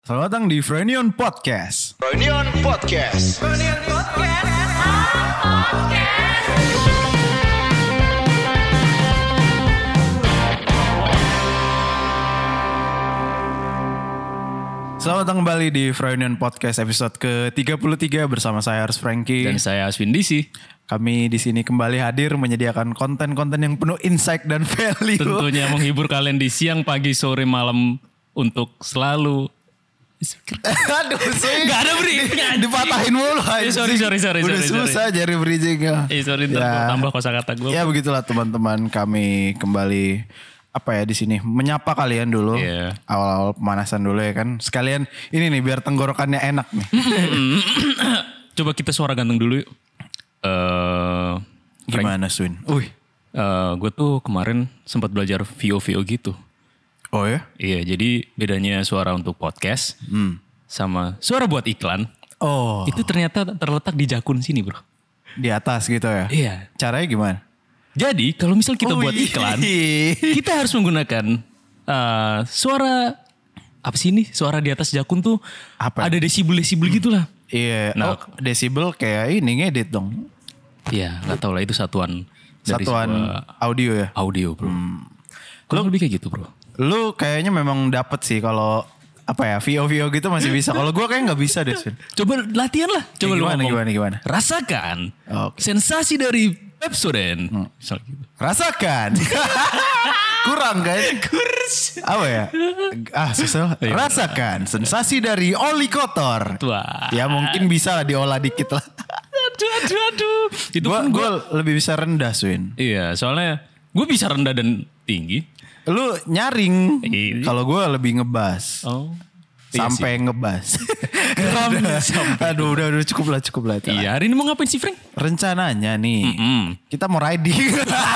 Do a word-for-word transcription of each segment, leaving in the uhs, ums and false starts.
Selamat datang di Frenion Podcast. Frenion Podcast. Frenion Podcast. Podcast. Selamat datang kembali di Frenion Podcast episode ke tiga puluh tiga bersama saya Ars Franky. Dan saya Aswin Disi. Kami di sini kembali hadir menyediakan konten-konten yang penuh insight dan value. Tentunya menghibur kalian di siang, pagi, sore, malam untuk selalu. Aduh, sih. Gak ada bridging. Dipatahin mulu. Eh, sorry, sorry, sorry. Udah sorry, susah sorry. cari bridgingnya. Eh sorry, ntar Ya. gua tambah kosakata gue. Ya begitulah teman-teman, kami kembali apa ya di sini menyapa kalian dulu. Iya. Awal-awal pemanasan dulu ya kan. Sekalian ini nih biar tenggorokannya enak nih. Coba kita suara ganteng dulu yuk. Eh, Gimana Swin? Wih. uh, gue tuh kemarin sempat belajar V O V O gitu. Oh ya? Iya, jadi bedanya suara untuk podcast Hmm. sama suara buat iklan Oh. itu ternyata terletak di jakun sini, bro. Di atas gitu ya? Iya. Caranya gimana? Jadi kalau misal kita Oh, buat iya. iklan, kita harus menggunakan uh, suara apa sih ini? Suara di atas jakun tuh Apa? ada desibel-desibel gitulah. Iya. Nah. Oh, desibel kayak ini ngedit dong. Iya, nggak tahu lah itu satuan dari Satuan sebuah audio ya. audio, bro. Kurang lebih kayak gitu, bro. Lu kayaknya memang dapet sih kalau apa ya V O V O gitu masih bisa. Kalau gua kayak nggak bisa deh Swin. Coba latihan lah. Coba Eh, lu gimana, ngomong. gimana, gimana? Rasakan Oke. sensasi dari Pepsodent. Misal gitu. Rasakan. Kurang kan? Kurs. Apa ya? Ah susah. Iya. Rasakan sensasi dari oli kotor. Wah. Ya mungkin bisa lah diolah dikit lah. Aduh, aduh, aduh. Itu Gua, pun gua gua, lebih bisa rendah Swin. iya, soalnya gue bisa rendah dan tinggi. Lu nyaring. Iya. Kalau gue lebih ngebas. Oh. Iya Sampai ngebas. Geram sampai. Aduh udah udah cukup lah cukup lah. itu lah. Iya, hari ini mau ngapain sih, Frank? Rencananya nih. Mm. Kita mau riding.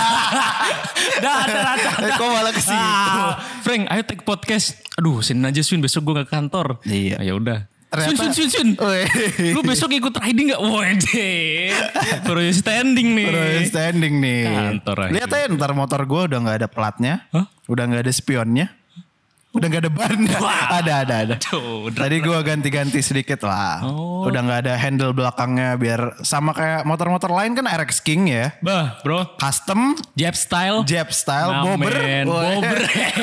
Dah, dah, dah, dah. Eh, kok malah ke situ? Ah, Frank, ayo take podcast. Aduh, senin aja Swin, besok gue ke kantor. Iya. Ah, ya udah. Ternyata- Swin, Swin, Swin, Swin. Weh. Lu besok ikut riding gak? Wajib. Baru standing nih. Terus standing nih. Kantor aja. Lihat aja ntar motor gue udah gak ada platnya. Hah? Udah gak ada spionnya. Udah gak ada bannya. Ada, ada, ada. Tuh, Tadi gue ganti-ganti sedikit lah. Oh. Udah gak ada handle belakangnya biar sama kayak motor-motor lain kan R X King ya. bah, bro. Custom, Jab style. Jab style, Nah, bobber. man. Weh. Bobber.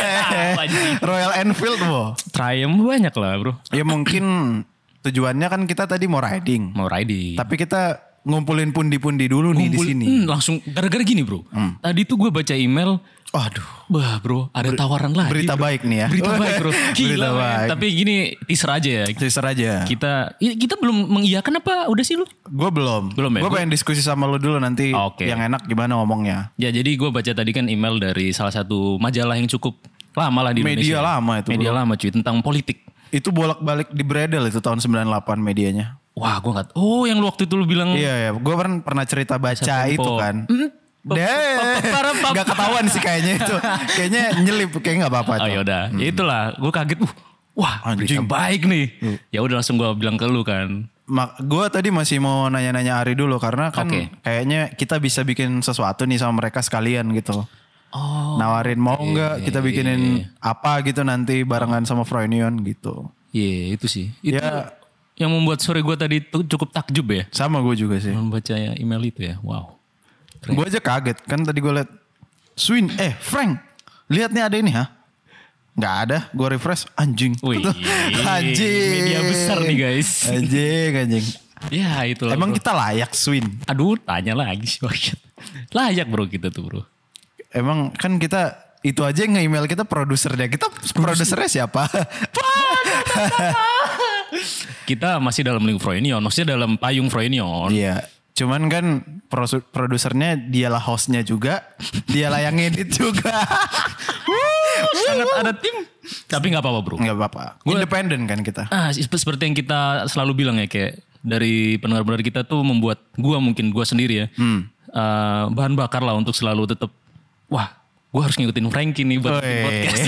Apa sih? Royal Enfield bo. Triumph banyak lah, bro. Ya mungkin tujuannya kan kita tadi mau riding. Mau riding. Tapi kita ngumpulin pundi-pundi dulu nih di Ngumpul- sini. Hmm, langsung gara-gara gini, bro. Tadi tuh gue baca email. Waduh. Bah, bro, ada tawaran lagi. Berita bro. baik nih ya. Berita baik, bro. Gila, Berita men. baik. Tapi gini, teaser aja ya. Teaser aja. Kita i- kita belum mengiyakan apa? Udah sih lu? Gue belum. Belum ya? Gue Gua- pengen diskusi sama lu dulu nanti. Oke. Yang enak gimana ngomongnya. Ya, jadi gue baca tadi kan email dari salah satu majalah yang cukup lama lah di Media Indonesia. lama itu, Media bro. lama cuy, tentang politik. Itu bolak-balik di Bredel itu tahun sembilan puluh delapan medianya. Wah, gue nggak. Oh, yang lu waktu itu lu bilang. Iya ya. Gue kan pernah cerita baca Tempo. itu kan. Hmm, Deh. pa- pa- pa- Gak ketahuan sih kayaknya itu. Kayaknya nyelip. Kayaknya gak apa-apa Oh tuh. ya udah, ya itulah. Gue kaget. Uh, wah, berita Anjing. baik nih. Ya udah langsung gue bilang ke lu kan. Gue tadi masih mau nanya-nanya Ari dulu. Karena kan Oke. kayaknya kita bisa bikin sesuatu nih sama mereka sekalian gitu. Oh. Nawarin mau nggak kita bikinin apa gitu nanti barengan sama Freudian gitu. Iya, itu sih. Itu Ya. yang membuat sore gue tadi tuh cukup takjub ya. Sama gue juga sih. Membaca email itu ya. Wow. Gue aja kaget kan tadi gue liat Swin, eh Frank, lihat nih ada ini ha? Nggak ada, gue refresh anjing. Wih, anjing. media besar nih, guys. Anjing, anjing. Ya itulah. Emang bro. kita layak Swin? Aduh, tanya lagi sih. Layak bro kita tuh bro. Emang kan kita itu aja nge-email kita produsernya. Kita produsernya siapa? Kita masih dalam link Freudian, maksudnya dalam payung Freudian. Iya. Cuman kan prosu- produsernya dialah hostnya juga. Dialah yang ngedit juga. Sangat ada tim. Tapi nggak apa-apa bro. Nggak apa-apa. Independen kan kita. Ah, seperti yang kita selalu bilang ya, kayak dari pendengar-pendengar kita tuh membuat gua mungkin gua sendiri ya Hmm. eh, bahan bakar lah untuk selalu tetap wah gua harus ngikutin Franky nih buat bikin Weh. podcast.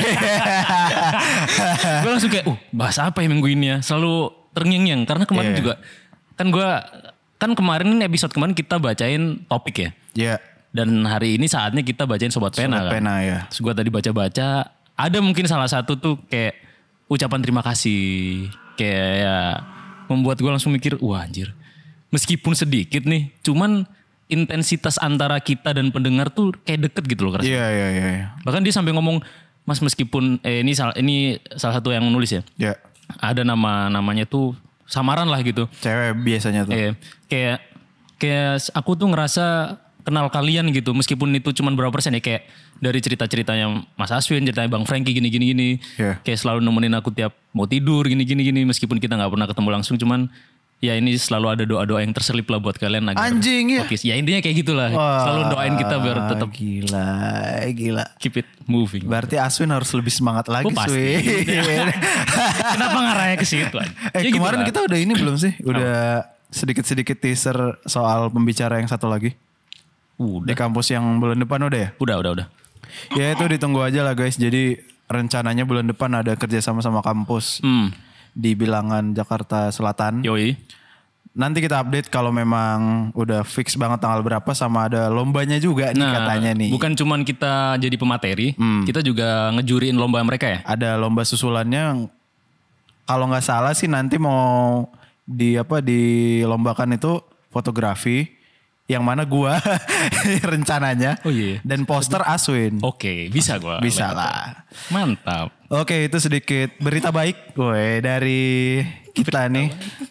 Gue langsung kayak uh bahas apa ya minggu ini ya, selalu terngiang-ngiang karena kemarin Iya. juga kan gua kan kemarin episode kemarin kita bacain topik ya. Ya. Dan hari ini saatnya kita bacain Sobat Pena Sobat kan. Pena ya. Terus gue tadi baca-baca, ada mungkin salah satu tuh kayak ucapan terima kasih. Kayak ya, membuat gue langsung mikir, wah anjir. Meskipun sedikit nih, cuman intensitas antara kita dan pendengar tuh kayak deket gitu loh. Iya iya iya. Bahkan dia sampai ngomong, Mas meskipun eh, ini salah ini salah satu yang nulis ya. Ya. Ada nama namanya tuh samaran lah gitu. Cewek biasanya tuh. Eh, kayak kayak aku tuh ngerasa kenal kalian gitu, meskipun itu cuma berapa persen ya, kayak dari cerita-ceritanya Mas Aswin, ceritanya Bang Franky gini-gini gini, Yeah. kayak selalu nemenin aku tiap mau tidur gini-gini gini, meskipun kita nggak pernah ketemu langsung, cuman ya ini selalu ada doa-doa yang terselip lah buat kalian agar Anjing, ya? podcast- ya intinya kayak gitulah, selalu doain kita biar tetap Gila, gila. keep it moving. Berarti Aswin harus lebih semangat lagi, Oh, pasti. Swin. Kenapa ngarahnya ke situ? Eh Ya gitu kemarin lah. kita udah ini belum sih? Udah sedikit-sedikit teaser soal pembicara yang satu lagi. udah, Di kampus yang bulan depan udah ya? udah, udah, udah. Ya itu ditunggu aja lah guys. Jadi rencananya bulan depan ada kerja sama sama kampus Hmm, di Bilangan Jakarta Selatan. yoi. Nanti kita update kalau memang udah fix banget tanggal berapa, sama ada lombanya juga nih katanya nih. Bukan cuman kita jadi pemateri, kita juga ngejuriin lomba mereka ya. Ada lomba susulannya. Kalau nggak salah sih nanti mau di apa dilombakan itu fotografi, yang mana gua rencananya. Oh iya. Dan poster Aswin. Oke, bisa gua. Bisa lah. Mantap. Oke, itu sedikit berita baik gue dari kita nih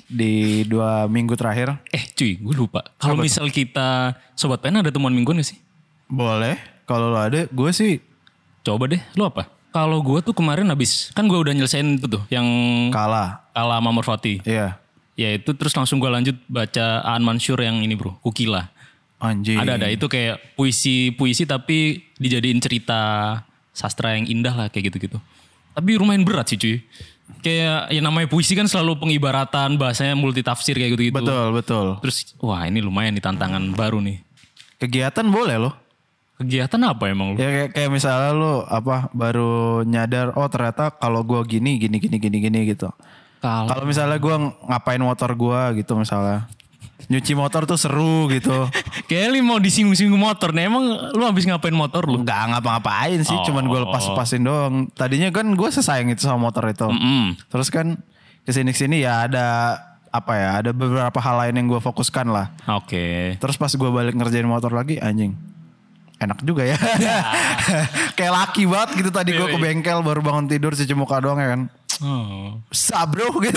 di dua minggu terakhir. Eh cuy, gue lupa. Kalau misal kita Sobat Pen ada temuan mingguan gak sih? Boleh, kalau lo ada, gue sih Coba deh, lu apa? Kalau gue tuh kemarin habis, kan gue udah nyelesain itu tuh, yang kalah. kalah sama Morfati. Iya. Ya itu terus langsung gue lanjut baca Aan Mansur yang ini bro, Kukila. Anjing. Ada ada itu kayak puisi-puisi tapi dijadiin cerita sastra yang indah lah kayak gitu-gitu. Tapi lumayan berat sih cuy. Kayak ya namanya puisi kan selalu pengibaratan, bahasanya multitafsir kayak gitu-gitu. Betul, betul. Terus wah ini lumayan nih tantangan baru nih. Kegiatan boleh loh. Kegiatan apa emang lu? Ya kayak, kayak misalnya lu apa baru nyadar, oh ternyata kalau gue gini gini gini gini gini gitu. Kalau Kalau misalnya gue ngapain motor gue gitu misalnya. Nyuci motor tuh seru gitu. kayak lu mau disinggung-singgung motor nih, emang lu habis ngapain motor lu? Nggak ngapa-ngapain sih, Oh. cuman gue lepas-lepasin doang. Tadinya kan gue sesayang itu sama motor itu. Mm-mm. Terus kan kesini-kesini ya ada apa ya, ada beberapa hal lain yang gue fokuskan lah. Oke. Terus pas gue balik ngerjain motor lagi, anjing. Enak juga ya. Kayak laki banget gitu tadi gue ke bengkel baru bangun tidur cuci muka doang ya kan. Oh. Sabro gitu.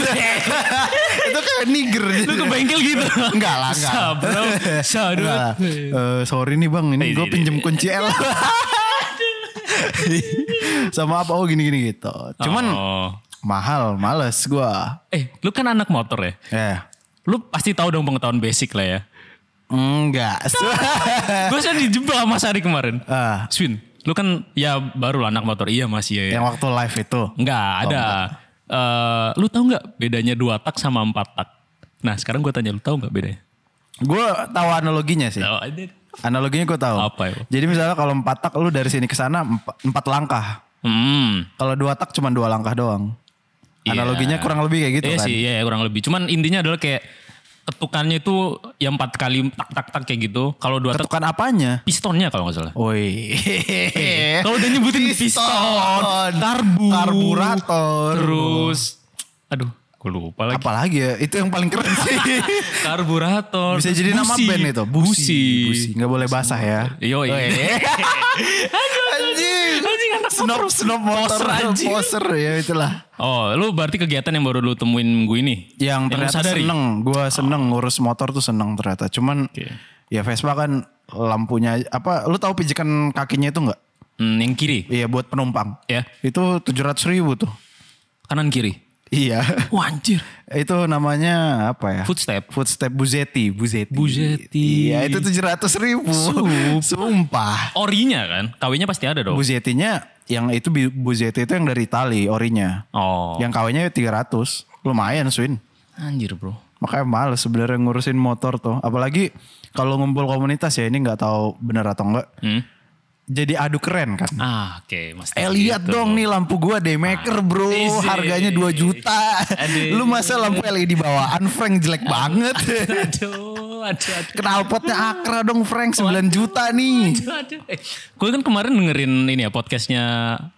Itu kayak niger. Lu ke bengkel gitu? Enggak lah, enggak. Sabro, sadut. Enggak lah. Eh, sorry nih bang, ini gue pinjem kunci L. Sama apa, oh gini-gini gitu. Cuman Oh. mahal, males gue. Eh, lu kan anak motor ya? Eh, Lu pasti tahu dong pengetahuan basic lah ya. enggak. Gue kan dijebak sama Sari kemarin. Ah, Swin, lu kan ya baru lah anak motor. Iya masih ya. yang waktu live itu. Enggak, ada. Eh, lu tahu nggak bedanya dua tak sama empat tak? Nah sekarang gue tanya, lu tahu nggak bedanya? Gue tahu analoginya sih. Tahu ada. Analoginya gue tahu. Apa ya? Jadi misalnya kalau empat tak lu dari sini ke sana empat, empat langkah. Hmm. Kalau dua tak cuma dua langkah doang. Iya. Analoginya kurang lebih kayak gitu Iya kan. sih, iya kurang lebih. Cuman intinya adalah kayak ketukannya itu ya empat kali tak tak tak kayak gitu. Kalau dua tak Ketukan apanya? pistonnya kalau nggak salah. Woi. Kalau udah nyebutin piston, karbu, karburator. terus, aduh, gue lupa lagi. Apalagi ya, itu yang paling keren sih. Karburator. Bisa jadi nama busi. band itu. Busi. Busi. Nggak boleh basah ya. Yo, Woi. Anjing. Anjing anak Snop, snop motor. Poser, anjing. Poser ya itulah. Oh, lu berarti kegiatan yang baru lu temuin gue ini? Yang lu ternyata sadari? seneng. Gue seneng ngurus motor tuh seneng ternyata. Cuman Oke. ya Vespa kan lampunya apa, lu tahu pijakan kakinya itu nggak? Hmm, yang kiri, Iya buat penumpang. ya, Itu tujuh ratus ribu tuh. kanan kiri. Iya. Wah anjir. Itu namanya apa ya? Footstep. Footstep Buzetti. Buzetti. Buzetti. Iya itu tujuh ratus ribu. Sup. Sumpah. Orinya kan, K W-nya pasti ada dong. Buzettinya yang itu Buzetti itu yang dari Itali orinya. Oh, Yang K W-nya tiga ratus. Lumayan Swin. anjir bro. Makanya males sebenarnya ngurusin motor tuh. Apalagi kalau ngumpul komunitas ya, ini nggak tahu benar atau enggak. Hmm? Jadi adu keren kan. Ah, oke, mas. Eh lihat dong nih lampu gua Daymaker bro, Easy. harganya dua juta. Aduh. Lu masa lampu L E D bawaan Frank jelek banget. Aduh, aduh, aduh. Knalpotnya Akra dong Frank sembilan juta nih. Aduh, aduh. Eh, gue kan kemarin dengerin ini ya podcastnya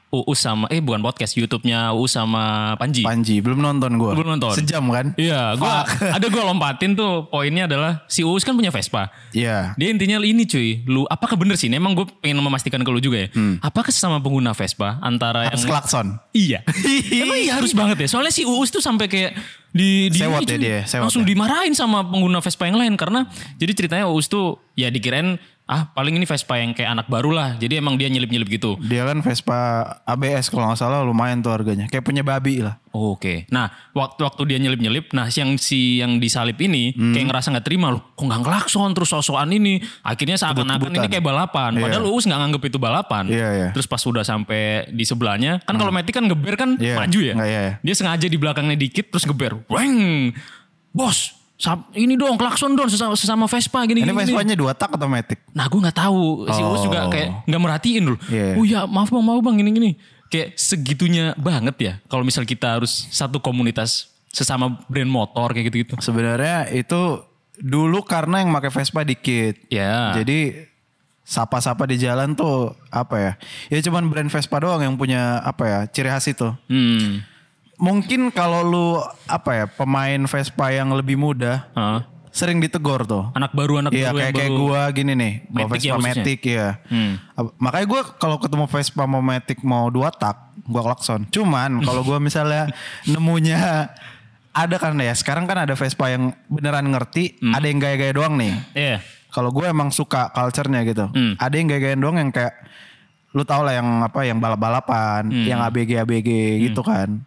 Uus sama eh bukan podcast, YouTube-nya Uus sama Panji. Panji belum nonton gue. Belum nonton. Sejam kan? Iya, gua ada gue lompatin tuh poinnya adalah si Uus kan punya Vespa. Iya. Dia intinya ini cuy, lu apakah bener sih? Ini emang gue pengen memastikan ke lu juga ya. Hmm. Apakah sesama pengguna Vespa antara Harus yang klakson. Iya. Emang iya harus banget ya. Soalnya si Uus tuh sampai kayak di, di Sewot ini, ya cuy. dia, sewot langsung ya. dimarahin sama pengguna Vespa yang lain karena jadi ceritanya Uus tuh ya dikirain ah paling ini Vespa yang kayak anak baru lah. Jadi emang dia nyelip-nyelip gitu. Dia kan Vespa A B S kalau nggak salah lumayan tuh harganya. Kayak punya babi lah. Oh, Oke. Okay. Nah, waktu-waktu dia nyelip-nyelip, nah yang si yang disalip ini Hmm. kayak ngerasa nggak terima loh. Kok nggak ngelakson terus sosokan ini. Akhirnya seakan-akan ini kayak balapan. Iya. Padahal Uus nggak nganggep itu balapan. Iya, iya. Terus pas udah sampai di sebelahnya, kan kalau Matic kan geber kan Iya. maju ya. Nggak, iya, iya. Dia sengaja di belakangnya dikit terus geber. Weng. Bos, sab- ini dong klakson dong sesama, sesama Vespa gini Ini gini. gini. Vespanya dua tak atau Matic? Nah gue gak tahu. Si Uus Oh. juga kayak gak merhatiin dulu. Iya. Oh ya maaf bang, maaf bang gini-gini. Kayak segitunya banget ya. Kalau misal kita harus satu komunitas sesama brand motor kayak gitu-gitu. Sebenarnya itu dulu karena yang pakai Vespa dikit. Ya. Jadi sapa-sapa di jalan tuh apa ya? Ya cuman brand Vespa doang yang punya apa ya? Ciri khas itu. Hmm. Mungkin kalau lu apa ya? Pemain Vespa yang lebih muda Hah? sering ditegur tuh. Anak baru, anak Iya baru kayak yang kayak baru. gua gini nih, bawa Matic ya Vespa khususnya? Matic ya. Hmm. Makanya gua kalau ketemu Vespa mau Matic mau dua tak, gua klakson. Cuman kalau gua misalnya nemunya ada kan ya, sekarang kan ada Vespa yang beneran ngerti, Hmm. ada yang gaya-gaya doang nih. Iya. Kalau gue emang suka culture-nya gitu. Hmm. Ada yang gaya-gaya doang yang kayak lu tau lah yang apa yang balap-balapan, Hmm. yang A B G A B G gitu kan.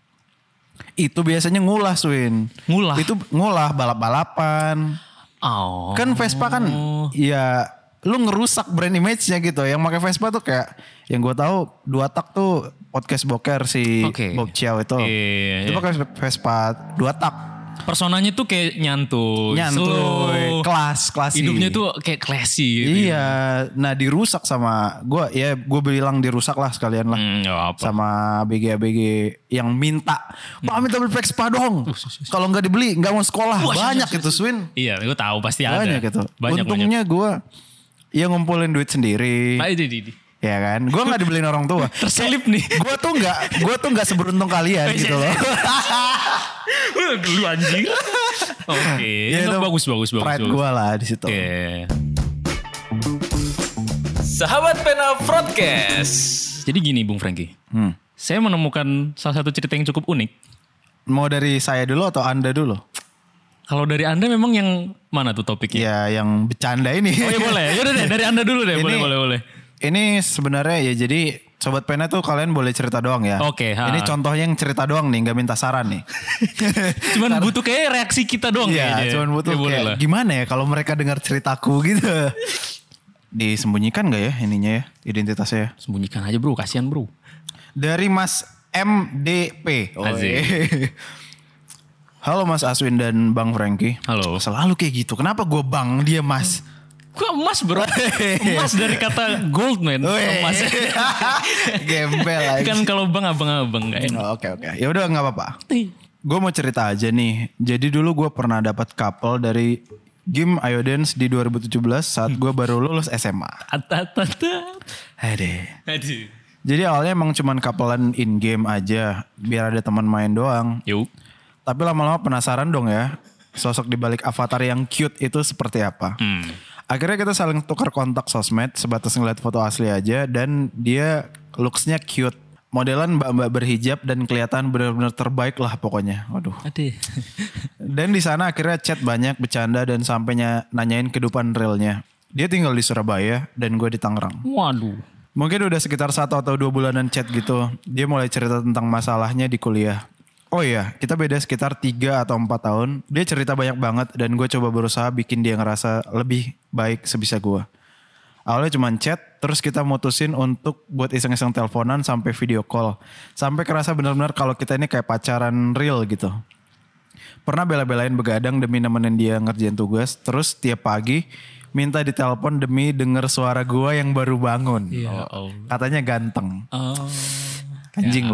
Itu biasanya ngulah Swin. Ngulah? Itu ngulah balap-balapan. Oh. Kan Vespa kan ya lu ngerusak brand image-nya gitu. Yang pakai Vespa tuh kayak yang gue tahu dua tak tuh podcast boker si Oke. Bob Chow itu. Iya, Itu iya. pakai Vespa dua tak. Personanya tuh kayak nyantuy. Nyantuy, slow. kelas, classy. Hidupnya tuh kayak classy gitu. Iya, nah dirusak sama gue, ya gue bilang dirusak lah sekalian lah. Hmm, gak apa. Sama A B G A B G yang minta, Pak minta beli Vespa dong. Kalau nggak dibeli nggak mau sekolah. Wah, Banyak sus, itu sus. Swin. Iya, gue tahu pasti ada. Banyak itu. Banyak, Untungnya gue ya ngumpulin duit sendiri. banyak. Nah, ini, ini. Ya kan, gue nggak dibeliin orang tua. Terselip nih. Gue tuh nggak, gue tuh nggak seberuntung kalian gitu loh. Lu anjing. Oke, Ya, itu bagus bagus bagus. Pride bagus. gue lah di situ. Oke. Sahabat Pena Broadcast. Jadi gini Bung Franky. Hmm. Saya menemukan salah satu cerita yang cukup unik. Mau dari saya dulu atau anda dulu? Kalau dari Anda memang yang mana tuh topiknya? Ya yang bercanda ini. Oh iya boleh. Yaudah deh dari Anda dulu deh. Ini- boleh boleh boleh. Ini sebenarnya ya jadi Sobat Pena tuh kalian boleh cerita doang ya. Oke, ha. Ini contohnya yang cerita doang nih, nggak minta saran nih. Cuman butuh kayak reaksi kita doang kayaknya. Iya, cuman butuh Ya, boleh kayak lah. gimana ya kalau mereka dengar ceritaku gitu. Disembunyikan nggak ya ininya ya, identitasnya ya? Sembunyikan aja bro, kasihan bro. Dari Mas M D P. Oh, Asik. iya. Halo Mas Aswin dan Bang Franky. Halo. Selalu kayak gitu. Kenapa gue Bang, dia Mas? Kok emas bro? Emas dari kata gold man. Weh. Emas. Gembel aja. Kan kalau bang abang-abang gak enak. Oh, Oke oke. Ya udah nggak apa-apa. Gue mau cerita aja nih. Jadi dulu gue pernah dapat couple dari game Ayo Dance di dua ribu tujuh belas saat gue baru lulus S M A. Atatata. Aduh. Aduh. Jadi awalnya emang cuman couplean in game aja biar ada teman main doang. Yuk. Tapi lama-lama penasaran dong ya. Sosok di balik avatar yang cute itu seperti apa. Hmm. Akhirnya kita saling tukar kontak sosmed sebatas ngeliat foto asli aja dan dia looksnya cute. Modelan mbak-mbak berhijab dan kelihatan benar-benar terbaik lah pokoknya. Waduh. Aduh. Dan di sana akhirnya chat banyak, bercanda dan sampainya nanyain kehidupan realnya. Dia tinggal di Surabaya dan gue di Tangerang. Waduh. Mungkin udah sekitar satu atau dua bulanan chat gitu. Dia mulai cerita tentang masalahnya di kuliah. Oh iya, kita beda sekitar tiga atau empat tahun. Dia cerita banyak banget dan gue coba berusaha bikin dia ngerasa lebih baik sebisa gue. Awalnya cuma chat, terus kita mutusin untuk buat iseng-iseng teleponan sampai video call. Sampai kerasa benar-benar kalau kita ini kayak pacaran real gitu. Pernah bela-belain begadang demi nemenin dia ngerjain tugas. Terus tiap pagi minta ditelepon demi denger suara gue yang baru bangun. Ya Allah. Katanya ganteng. Oh. Anjing loh.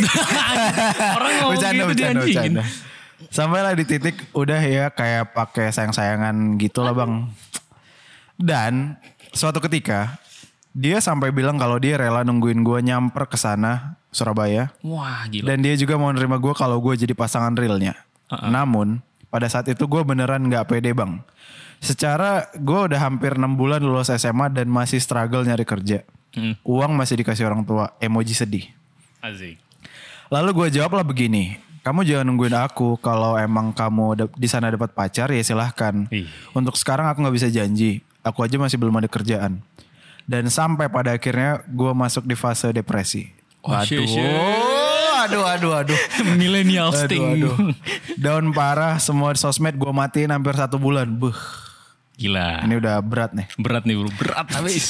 Orang ngomong Bercanda, gitu bercanda, dianjingin. bercanda. Sampailah di titik udah ya kayak pakai sayang-sayangan gitu lah bang. Dan suatu ketika Dia sampai bilang kalau dia rela nungguin gue nyamper ke sana Surabaya. Wah gila. Dan dia juga mau nerima gue kalau gue jadi pasangan realnya. Uh-uh. Namun pada saat itu gue beneran gak pede bang. Secara gue udah hampir enam bulan lulus S M A dan masih struggle nyari kerja. Hmm. Uang masih dikasih orang tua, emoji sedih. Asik. Lalu gue jawab lah begini. Kamu jangan nungguin aku, kalau emang kamu di sana dapat pacar ya silahkan. Ih. Untuk sekarang aku gak bisa janji. Aku aja masih belum ada kerjaan. Dan sampai pada akhirnya gue masuk di fase depresi. Oh, Waduh, shit, shit. aduh, aduh, aduh. Millennial Aduh, sting. aduh. Down parah, semua di sosmed gue matiin hampir satu bulan. Buh, Gila. ini udah berat nih. Berat nih bro. Berat habis.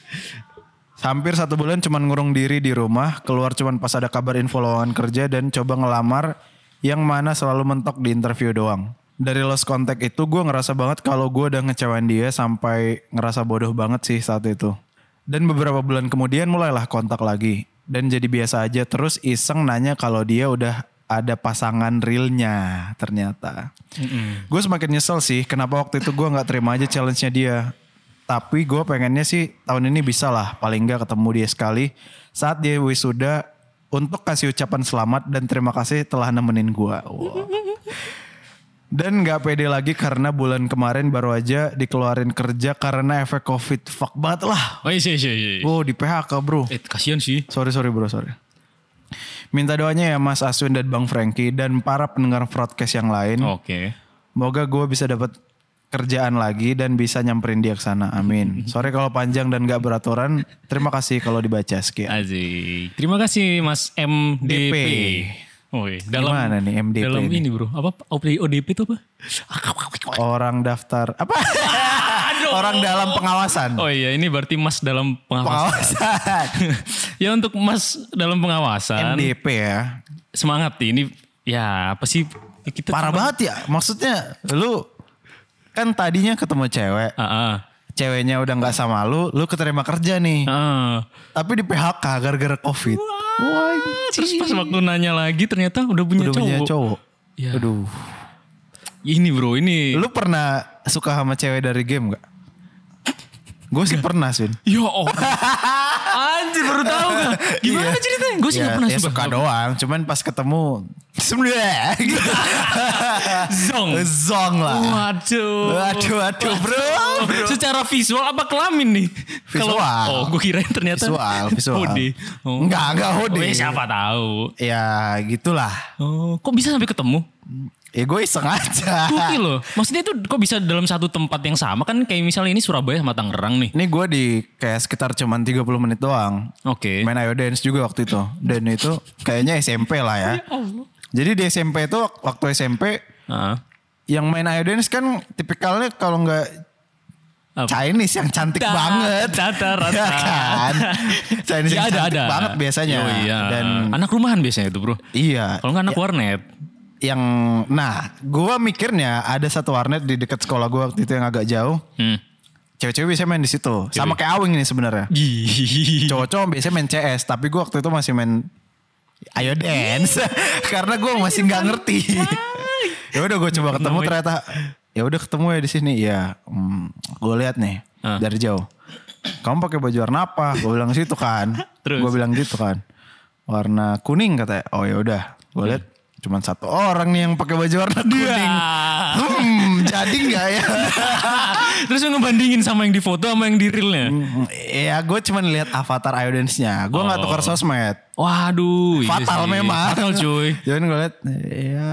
Hampir satu bulan cuman ngurung diri di rumah. Keluar cuman pas ada kabar info lowongan kerja dan coba ngelamar. Yang mana selalu mentok di interview doang. Dari lost contact itu gue ngerasa banget kalau gue udah ngecewain dia sampai ngerasa bodoh banget sih saat itu. Dan beberapa bulan kemudian mulailah kontak lagi. Dan jadi biasa aja terus iseng nanya kalau dia udah ada pasangan realnya ternyata. Gue semakin nyesel sih kenapa waktu itu gue gak terima aja challenge-nya dia. Tapi gue pengennya sih tahun ini bisa lah paling gak ketemu dia sekali saat dia wisuda untuk kasih ucapan selamat dan terima kasih telah nemenin gue. Wow. Dan gak pede lagi karena bulan kemarin baru aja dikeluarin kerja karena efek covid. Fuck banget lah. Oh iya iya iya. Wow di P H K bro. Eh kasihan sih. Sorry sorry bro sorry. Minta doanya ya Mas Aswin dan Bang Frankie dan para pendengar broadcast yang lain. Oke. Semoga gue bisa dapat kerjaan lagi dan bisa nyamperin dia ke sana. Amin. Sorry kalau panjang dan gak beraturan. Terima kasih kalau dibaca sekian. Asik. Terima kasih Mas M D P. D P. Oh iya. Dalam, Gimana nih M D P dalam ini? ini bro. Apa O D P itu apa? Orang daftar apa? Orang dalam pengawasan. Oh iya ini berarti Mas dalam pengawasan. Pengawasan. Ya untuk Mas dalam pengawasan. M D P ya. Semangat nih. Ini ya apa sih? Kita Parah cuma- banget ya. Maksudnya lu kan tadinya ketemu cewek. Ah, ah. Ceweknya udah gak sama lu. Lu keterima kerja nih. Ah. Tapi di P H K gara-gara covid. Wah, Terus pas waktu nanya lagi ternyata udah punya udah cowok. punya cowok. Ya. Aduh. Ini bro ini. Lu pernah suka sama cewek dari game gak? Gue sih pernah Swin. Ya Allah. Anjir baru tahu gak? Gimana Iya. ceritanya? Gue sih Ya, gak pernah ya suka doang. Cuman pas ketemu. Sebenernya. Zong. Zong lah. Waduh. Waduh, waduh bro. bro. Secara visual apa kelamin nih? Visual. Kalau- oh gue kirain ternyata. Visual, visual. Hode. Oh. Enggak, enggak hode. Oh, ya siapa tahu. Ya gitulah. Oh, kok bisa sampai ketemu? Ya gue iseng aja. Gokil loh. Maksudnya itu kok bisa dalam satu tempat yang sama kan kayak misalnya ini Surabaya sama Tangerang nih. Ini gue di kayak sekitar cuman tiga puluh menit doang. Oke. Main Ayo Dance juga waktu itu. Dan itu kayaknya S M P lah ya. Jadi di S M P itu waktu S M P Ah. yang main Ayo Dance kan tipikalnya kalau nggak Apa? Chinese yang cantik Da- banget. Rata-rata. Ya kan. Chinese Ya yang ada cantik ada. banget biasanya. Oh, iya. Dan anak rumahan biasanya itu bro. iya. Kalau nggak anak Ya, warnet. yang nah gue mikirnya ada satu warnet di dekat sekolah gue waktu itu yang agak jauh. Hmm. Cewek-cewek biasanya main di situ. Sama kayak Awing nih sebenarnya. Gih. Cowok-cowok biasanya main C S, tapi gue waktu itu masih main Ayo Dance karena gue masih nggak ngerti. Ya udah gue coba ketemu ternyata ya udah ketemu ya di sini. Ya, hmm, gue lihat nih Ah. dari jauh. Kamu pakai baju warna apa? Gue bilang situ kan. Terus? Gue bilang gitu kan. Warna kuning katanya. Oh ya udah, gue lihat cuman satu orang nih yang pakai baju warna kuning. Hmm, jadi nggak ya? Terus lu ngebandingin sama yang di foto sama yang di realnya. Ya gue cuman lihat avatar Ayo Dance-nya. Gue nggak Oh. tukar sosmed. Waduh. iya Fatal sih. memang. Fatal cuy. Jangan gue liat, ya,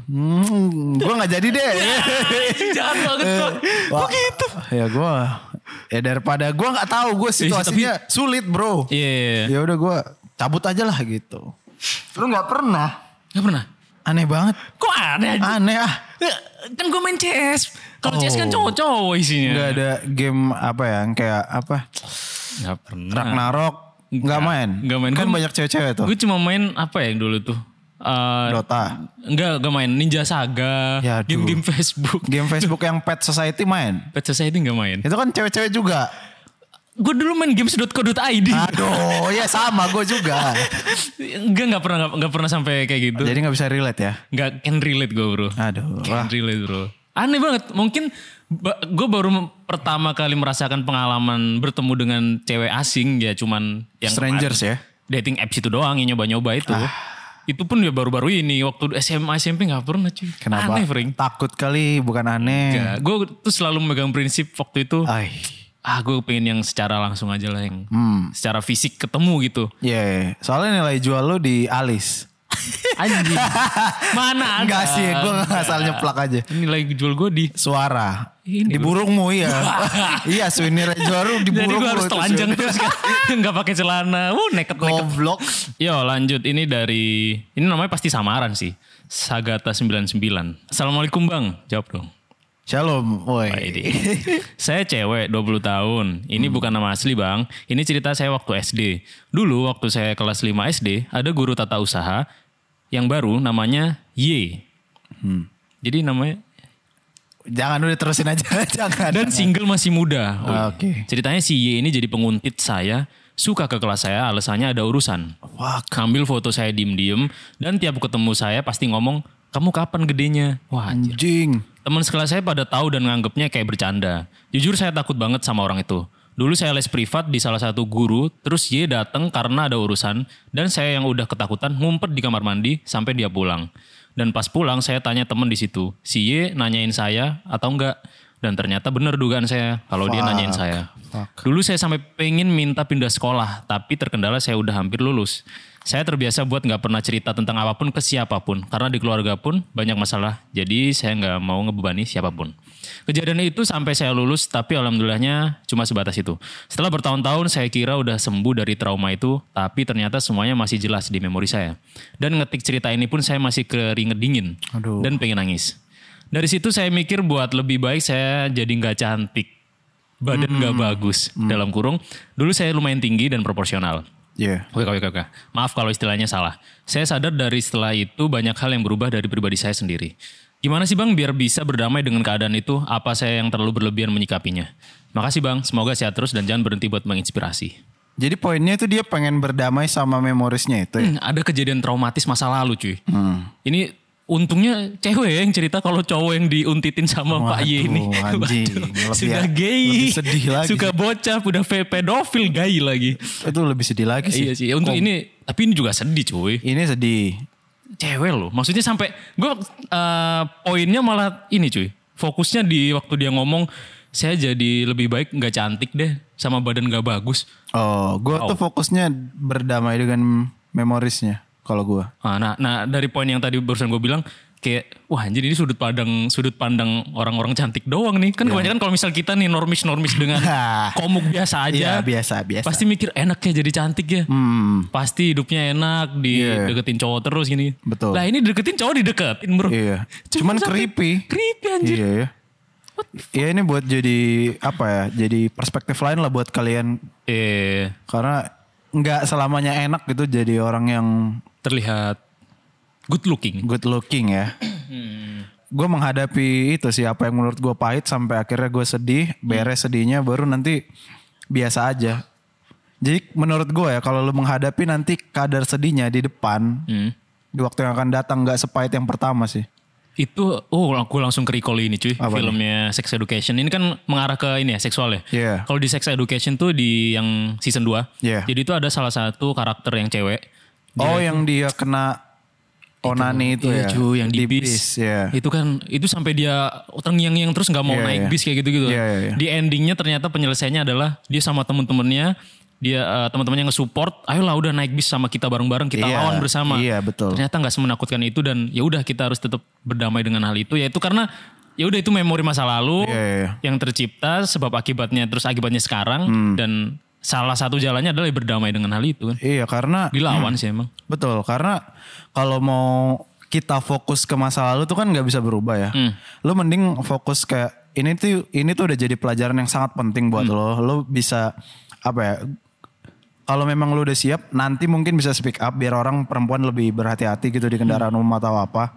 hmm, gue nggak jadi deh. Jahat banget kok. Kok gitu? Ya gue, ya daripada gue nggak tahu gue situasinya sulit bro. Iya. Ya udah gue cabut aja lah gitu. Lu nggak pernah? Gak pernah. Aneh banget. Kok aneh aja? Aneh ah. Kan gue main C S. Kalau C S kan Oh. cowok-cowok isinya. Nggak ada game apa ya? yang Kayak apa? Gak pernah. Ragnarok. Nggak main. Nggak main. Kan Gua- banyak cewek-cewek tuh. Gue cuma main apa ya yang dulu tuh? Eh, Dota. Enggak, enggak main. Ninja Saga. Ya, aduh. Game-game Facebook. Game Facebook yang Pet Society main. Pet Society enggak main. Itu kan cewek-cewek juga. Gue dulu main games dot co dot i d. Aduh, ya sama gue juga. Enggak, enggak pernah enggak, enggak pernah sampai kayak gitu. Jadi nggak bisa relate ya? Enggak can relate gue bro. Aduh. Can relate bro. Aneh banget. Mungkin gue baru mem- pertama kali merasakan pengalaman bertemu dengan cewek asing ya cuman yang Strangers ya? dating apps itu doang yang nyoba-nyoba itu. Itu pun ya baru-baru ini waktu S M A S M P gak pernah cuy. Kenapa? Aneh Fring. Takut kali, bukan aneh. Gue tuh selalu memegang prinsip waktu itu. Ay. Ah gue pengen yang secara langsung aja lah yang Hmm. secara fisik ketemu gitu. Iya, yeah. Soalnya nilai jual lu di alis. Anjing. Mana ada? Enggak sih, gue asal nyeplak aja. Ini lagi jual gue di. Suara. Ini di burungmu iya. Iya, souvenir jual lu di Jadi burungmu. gue harus itu telanjang souvenir. terus kan. Gak pakai celana. Wuh neket neket. Goblok. Yo lanjut ini dari. Ini namanya pasti samaran sih. Sagata sembilan puluh sembilan. Assalamualaikum bang. Jawab dong. Shalom, woi. Ini. Saya cewek dua puluh tahun. Ini bukan nama asli bang. Ini cerita saya waktu S D. Dulu waktu saya kelas lima S D. Ada guru tata usaha. Yang baru namanya Y. Hmm. Jadi namanya. Jangan udah terusin aja. Jangan. Dan single masih muda. Ah, Oke. Ceritanya si Y ini jadi penguntit saya. Suka ke kelas saya alasannya ada urusan. Wah, Ambil foto saya diem-diem. Dan tiap ketemu saya pasti ngomong. Kamu kapan gedenya? Wah anjir. anjing. Teman sekelas saya pada tahu dan nganggepnya kayak bercanda. Jujur saya takut banget sama orang itu. Dulu saya les privat di salah satu guru, terus Y datang karena ada urusan, dan saya yang udah ketakutan ngumpet di kamar mandi sampai dia pulang. Dan pas pulang saya tanya temen di situ, si Y nanyain saya atau enggak? Dan ternyata bener dugaan saya kalau dia Fuck. nanyain saya. Fuck. Dulu saya sampai pengen minta pindah sekolah, tapi terkendala saya udah hampir lulus. Saya terbiasa buat nggak pernah cerita tentang apapun ke siapapun, karena di keluarga pun banyak masalah. Jadi saya nggak mau ngebebani siapapun. Kejadian itu sampai saya lulus, tapi alhamdulillahnya cuma sebatas itu. Setelah bertahun-tahun saya kira udah sembuh dari trauma itu, tapi ternyata semuanya masih jelas di memori saya. Dan ngetik cerita ini pun saya masih keringet dingin Aduh. dan pengen nangis. Dari situ saya mikir buat lebih baik saya jadi nggak cantik, badan nggak bagus. Dalam kurung, dulu saya lumayan tinggi dan proporsional. Iya. Oke, oke, oke. Maaf kalau istilahnya salah. Saya sadar dari setelah itu banyak hal yang berubah dari pribadi saya sendiri. Gimana sih bang biar bisa berdamai dengan keadaan itu? Apa saya yang terlalu berlebihan menyikapinya? Makasih bang, semoga sehat terus dan jangan berhenti buat menginspirasi. Jadi poinnya itu dia pengen berdamai sama memorisnya itu ya. Hmm, ada kejadian traumatis masa lalu cuy. Hmm. Ini untungnya cewek ya yang cerita kalau cowok yang diuntitin sama Pak Y ini. Waduh, anjing. Waduh, Lebih- sudah gay. lebih sedih lagi. Suka bocah, udah pe- pedofil gay lagi. Itu lebih sedih lagi sih. Iya sih, untuk Kok- ini, tapi ini juga sedih cuy. Ini sedih. Cewek loh, maksudnya sampai gue uh, poinnya malah ini cuy, fokusnya di waktu dia ngomong saya jadi lebih baik nggak cantik deh sama badan nggak bagus. Oh, gue Wow. tuh fokusnya berdamai dengan memorisnya. Kalau gue. Nah, nah, nah dari poin yang tadi barusan gue bilang kayak wah anjir ini sudut pandang sudut pandang orang-orang cantik doang nih kan kebanyakan kalau misal kita nih normis-normis dengan komuk biasa aja, Iya, biasa, biasa. pasti mikir enak ya jadi cantik ya. Hmm. Pasti hidupnya enak, Iya. dideketin cowok terus gini. Betul. Lah ini deketin cowok dideketin bro. Iya. Cuma Cuman sampai- creepy. Creepy anjir. Iya ya. Iya ini buat jadi apa ya? Jadi perspektif lain lah buat kalian. Eh, Karena nggak selamanya enak gitu jadi orang yang terlihat good looking. good looking ya. Gue menghadapi itu sih apa yang menurut gue pahit sampai akhirnya gue sedih, beres sedihnya baru nanti biasa aja. Jadi menurut gue ya kalau lu menghadapi nanti kadar sedihnya di depan, Hmm. di waktu yang akan datang nggak sepahit yang pertama sih. Itu, oh aku langsung ke recall ini cuy. Apa nih? Filmnya Sex Education. Ini kan mengarah ke ini ya, seksual ya. Iya. Kalau di Sex Education tuh di yang season dua. Iya. Jadi itu ada salah satu karakter yang cewek. Oh yang dia kena onani itu, Iya ya. cuy, yang di, bis. ya. Itu kan, itu sampai dia terngiang-ngiang terus gak mau Iya, naik iya. bis kayak gitu-gitu. Iya, iya, iya. Di endingnya ternyata penyelesaiannya adalah dia sama temen-temennya. Dia eh, teman-temannya nge-support, ayolah udah naik bis sama kita bareng-bareng, kita Iya, lawan bersama. iya, betul. Ternyata nggak semenakutkan itu dan ya udah kita harus tetap berdamai dengan hal itu. Yaitu karena ya udah itu memori masa lalu Iya, iya. yang tercipta sebab akibatnya terus akibatnya sekarang Hmm. dan salah satu jalannya adalah berdamai dengan hal itu kan. Iya karena Dilawan sih emang. betul karena kalau mau kita fokus ke masa lalu tuh kan nggak bisa berubah ya. Hmm. Lo mending fokus kayak ini tuh ini tuh udah jadi pelajaran yang sangat penting buat lo. Lo bisa apa ya? Kalau memang lo udah siap, nanti mungkin bisa speak up biar orang perempuan lebih berhati-hati gitu di kendaraan umum atau apa.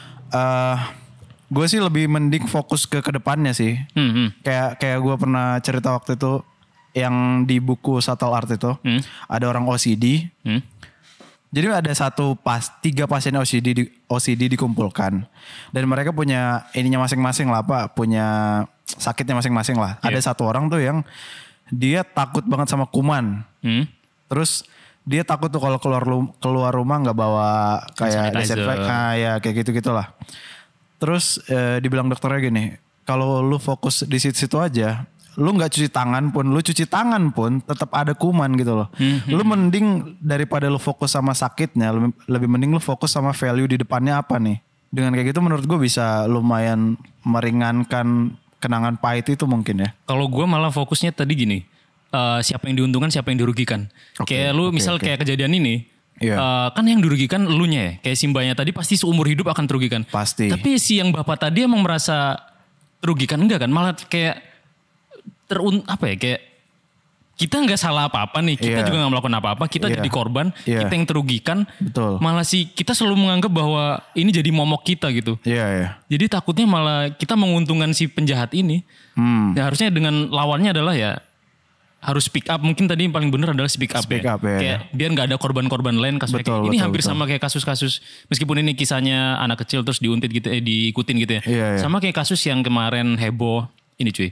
Eh, gue sih lebih mending fokus ke kedepannya sih. Hmm, hmm. Kayak kayak gue pernah cerita waktu itu yang di buku Subtle Art itu Hmm. ada orang O C D. Hmm. Jadi ada satu pas tiga pasien O C D di, O C D dikumpulkan dan mereka punya ininya masing-masing lah Pak, punya sakitnya masing-masing lah. Iya. Ada satu orang tuh yang dia takut banget sama kuman. Hmm? Terus dia takut tuh kalau keluar lu- keluar rumah nggak bawa kayak Sanitizer. disinfektan, ah, ya kayak gitu gitulah. Terus eh, dibilang dokternya gini, kalau lu fokus di situ-situ aja, lu nggak cuci tangan pun, lu cuci tangan pun tetap ada kuman gitu loh. Lu mending daripada lu fokus sama sakitnya, lebih, lebih mending lu fokus sama value di depannya apa nih. Dengan kayak gitu menurut gue bisa lumayan meringankan kenangan pahit itu mungkin ya. Kalau gue malah fokusnya tadi gini, eh, siapa yang diuntungkan, siapa yang dirugikan. Oke, kayak lu oke, misal oke. kayak kejadian ini, Iya. eh, kan yang dirugikan elunya ya. Kayak Simbanya tadi pasti seumur hidup akan terugikan. Pasti. Tapi si yang bapak tadi emang merasa terugikan enggak kan? Malah kayak terun apa ya kayak kita nggak salah apa-apa nih, kita Iya. juga nggak melakukan apa-apa, kita Iya. jadi korban, Iya. kita yang terugikan. Betul. Malah sih kita selalu menganggap bahwa ini jadi momok kita gitu. Iya ya. Jadi takutnya malah kita menguntungkan si penjahat ini. Hmm. Ya harusnya dengan lawannya adalah ya harus speak up. Mungkin tadi yang paling benar adalah speak up. Speak ya. up, ya. Kayak biar nggak ada korban-korban lain kasusnya. Betul, kayak- ini betul, hampir betul. sama kayak kasus-kasus meskipun ini kisahnya anak kecil terus diuntit gitu, eh, diikutin gitu ya. Iya, iya. Sama kayak kasus yang kemarin heboh ini cuy.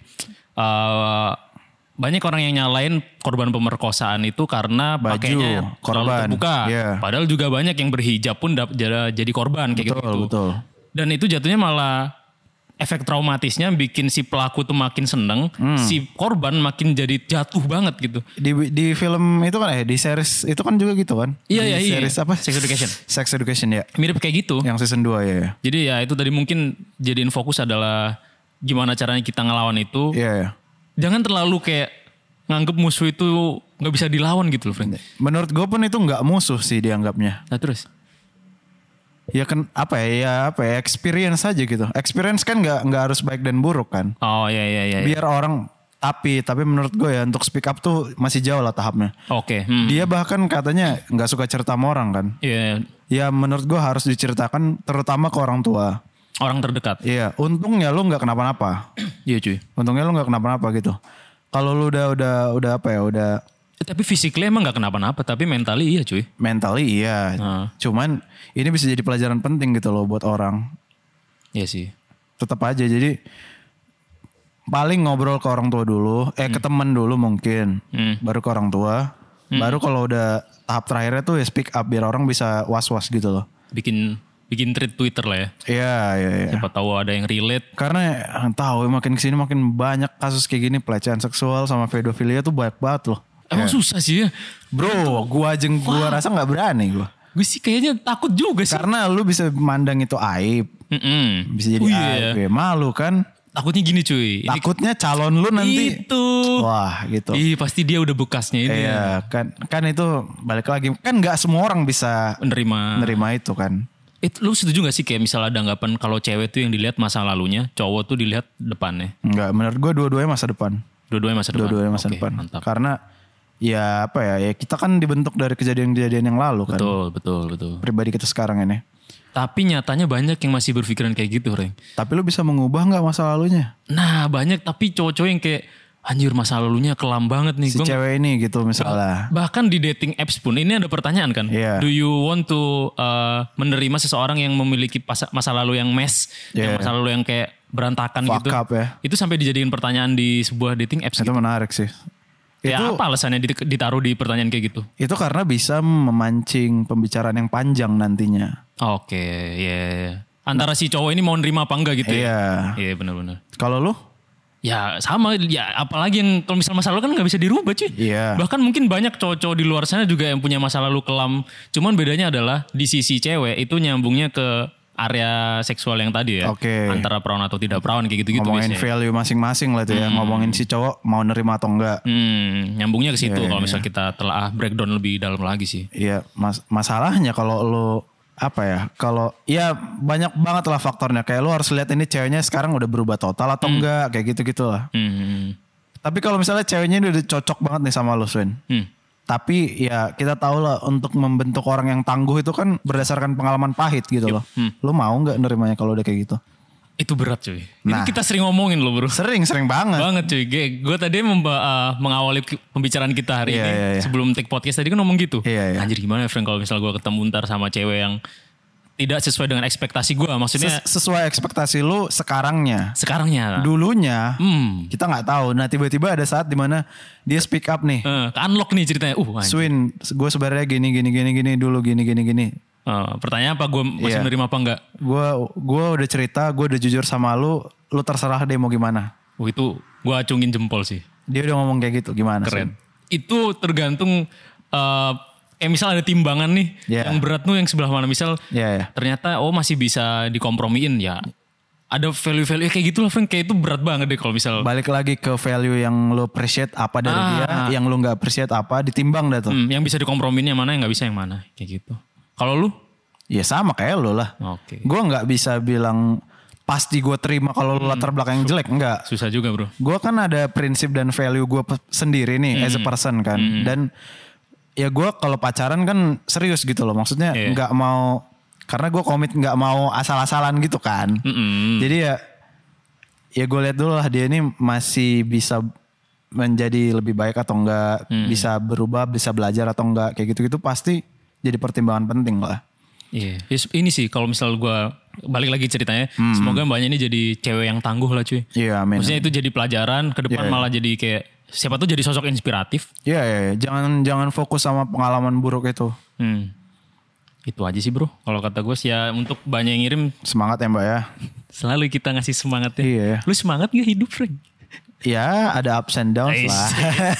Eh, banyak orang yang nyalain korban pemerkosaan itu karena Baju, pakainya terlalu korban. terbuka. Iya. Padahal juga banyak yang berhijab pun dap- jadi jadi korban kayak Betul, gitu. betul. Dan itu jatuhnya malah efek traumatisnya bikin si pelaku tuh makin seneng, Hmm. si korban makin jadi jatuh banget gitu. Di di film itu kan eh di series itu kan juga gitu kan? Iya, Di iya, iya. Series apa? Sex Education. Sex Education ya. Mirip kayak gitu. Yang season dua ya. ya. Jadi ya itu tadi mungkin jadiin fokus adalah gimana caranya kita ngelawan itu. Iya ya. Jangan terlalu kayak nganggep musuh itu nggak bisa dilawan gitu loh, friend. Menurut gue pun itu nggak musuh sih dianggapnya. Nah terus? Ya kan apa ya? Ya apa ya? Experience aja gitu. Experience kan nggak nggak harus baik dan buruk kan. Oh iya iya iya. Biar orang tapi tapi menurut gue ya untuk speak up tuh masih jauh lah tahapnya. Oke. hmm. Dia bahkan katanya nggak suka cerita sama orang kan. Iya, Ya menurut gue harus diceritakan terutama ke orang tua. orang terdekat. Iya, untungnya lu nggak kenapa-napa. Iya cuy. Untungnya lu nggak kenapa-napa gitu. Kalau lu udah udah udah apa ya, udah Eh, tapi physically emang gak kenapa-napa, tapi mentally iya cuy. mentally iya. Ah. Cuman ini bisa jadi pelajaran penting gitu loh buat orang. Iya sih. Tetap aja jadi paling ngobrol ke orang tua dulu, eh ke teman dulu mungkin, Hmm. baru ke orang tua. Baru kalau udah tahap terakhirnya tuh ya speak up biar orang bisa was-was gitu loh. Bikin bikin tweet Twitter lah ya. Iya, iya, iya. Siapa tahu ada yang relate. Karena eh, tahu makin kesini makin banyak kasus kayak gini, pelecehan seksual sama pedofilia tuh banyak banget loh. Emang Ya. susah sih ya. Bro, gua aja gua rasa nggak berani gua. Gue sih kayaknya takut juga sih. Karena lu bisa mandang itu aib, Mm-mm. bisa jadi Oh, aib, iya. ya, malu kan. Takutnya gini cuy. Ini Takutnya calon lu nanti, itu. wah gitu. Ih pasti dia udah bekasnya ini. ya. Iya, kan kan itu balik lagi kan nggak semua orang bisa Menerima. nerima itu kan. Itu lu setuju gak sih kayak misalnya ada anggapan kalau cewek tuh yang dilihat masa lalunya, cowok tuh dilihat depannya. Enggak, menurut gua dua-duanya masa depan. Dua-duanya masa depan. Dua-duanya masa Oke, depan. Mantap. Karena ya apa ya, ya kita kan dibentuk dari kejadian-kejadian yang lalu kan. Betul, betul, betul. Pribadi kita sekarang ini. Tapi nyatanya banyak yang masih berpikiran kayak gitu, Reng. Tapi lu bisa mengubah nggak masa lalunya? Nah banyak tapi cowok-cowok yang kayak anjir masa lalunya kelam banget nih. Si Gua- cewek ini gitu misalnya. Bahkan di dating apps pun ini ada pertanyaan kan. Iya. Do you want to uh, menerima seseorang yang memiliki pas- masa lalu yang mess, yang Iya. masa lalu yang kayak berantakan Fuck gitu. up ya. Itu sampai dijadiin pertanyaan di sebuah dating apps Itu gitu. menarik sih. Ya Itu apa alasannya dit- ditaruh di pertanyaan kayak gitu? itu karena bisa memancing pembicaraan yang panjang nantinya. Oke, ya. ya. Antara si cowok ini mau nerima apa enggak gitu ya? Iya. Iya benar-benar. Kalau lu? Ya sama, ya apalagi yang kalau misal masa lalu kan nggak bisa dirubah cuy. Iya. Bahkan mungkin banyak cowok-cowok di luar sana juga yang punya masa lalu kelam. Cuman bedanya adalah di sisi cewek itu nyambungnya ke area seksual yang tadi ya. Oke. Antara perawan atau tidak perawan kayak gitu-gitu Ngomongin biasanya. value masing-masing lah tuh ya. Ngomongin si cowok mau nerima atau enggak. Hmm, nyambungnya ke situ Iya, kalau iya. misal kita telah breakdown lebih dalam lagi sih. Iya, mas masalahnya kalau lu apa ya? Kalau ya banyak banget lah faktornya. Kayak lu harus lihat ini ceweknya sekarang udah berubah total atau enggak, kayak gitu-gitu lah. Hmm. Tapi kalau misalnya ceweknya ini udah cocok banget nih sama lu, Swin. Hmm. Tapi ya kita tahu lah untuk membentuk orang yang tangguh itu kan berdasarkan pengalaman pahit gitu loh. Hmm. Lu mau nggak nerimanya kalau udah kayak gitu? Itu berat cuy. Nah. Ini kita sering ngomongin loh bro. Sering, sering banget. Banget cuy. Gue tadi memba, uh, mengawali pembicaraan kita hari Iya, ini. iya, iya. Sebelum take podcast tadi kan ngomong gitu. Iya, iya. Anjir gimana ya Frank kalau misal gue ketemu ntar sama cewek yang tidak sesuai dengan ekspektasi gue. Maksudnya Ses- sesuai ekspektasi lu sekarangnya. sekarangnya. Dulunya Hmm. kita nggak tahu. Nah tiba-tiba ada saat dimana dia speak up nih. Uh, unlock nih ceritanya. Uh, anjir. Swin, gue sebenarnya gini gini gini gini dulu gini gini gini. Uh, pertanyaan apa gue masih Iya. menerima apa enggak? Gue gue udah cerita, gue udah jujur sama lu, lu terserah deh mau gimana. Oh itu gue acungin jempol sih. Dia udah ngomong kayak gitu, gimana? Keren. Swin? Itu tergantung uh, kayak misal ada timbangan nih. Iya. Yang berat tuh yang sebelah mana. Misal Iya ya. ternyata oh masih bisa dikompromiin ya. Ada value-value kayak gitu lah Frank. Kayak itu berat banget deh kalau misal. Balik lagi ke value yang lu appreciate apa dari Ah. dia, yang lu nggak appreciate apa, ditimbang dah tuh. Hmm, yang bisa dikompromiin yang mana yang gak bisa yang mana. Kayak gitu. Kalau lu? Ya sama kayak lu lah. Oke. Gue nggak bisa bilang pasti gue terima kalau lu latar belakang yang jelek, enggak. Susah juga bro. Gue kan ada prinsip dan value gue sendiri nih as a person kan. Dan ya gue kalau pacaran kan serius gitu loh. Maksudnya Iya. nggak mau, karena gue komit nggak mau asal-asalan gitu kan. Mm-mm. Jadi ya ya gue lihat dulu lah dia ini masih bisa menjadi lebih baik atau enggak. Bisa berubah, bisa belajar atau enggak. Kayak gitu-gitu pasti jadi pertimbangan penting lah. Iya. Yes, ini sih kalau misal gue balik lagi ceritanya. Semoga mbaknya ini jadi cewek yang tangguh lah cuy. Iya amin. Maksudnya itu jadi pelajaran. Ke depan Iya, iya. malah jadi kayak siapa tuh jadi sosok inspiratif. Iya, iya, iya. Jangan jangan fokus sama pengalaman buruk itu. Hmm. Itu aja sih bro. Kalau kata gue sih ya untuk banyak yang ngirim. Semangat ya mbak ya. Selalu kita ngasih semangatnya. Iya. Lu semangat gak hidup Frank? Ya ada ups and downs Ais. lah.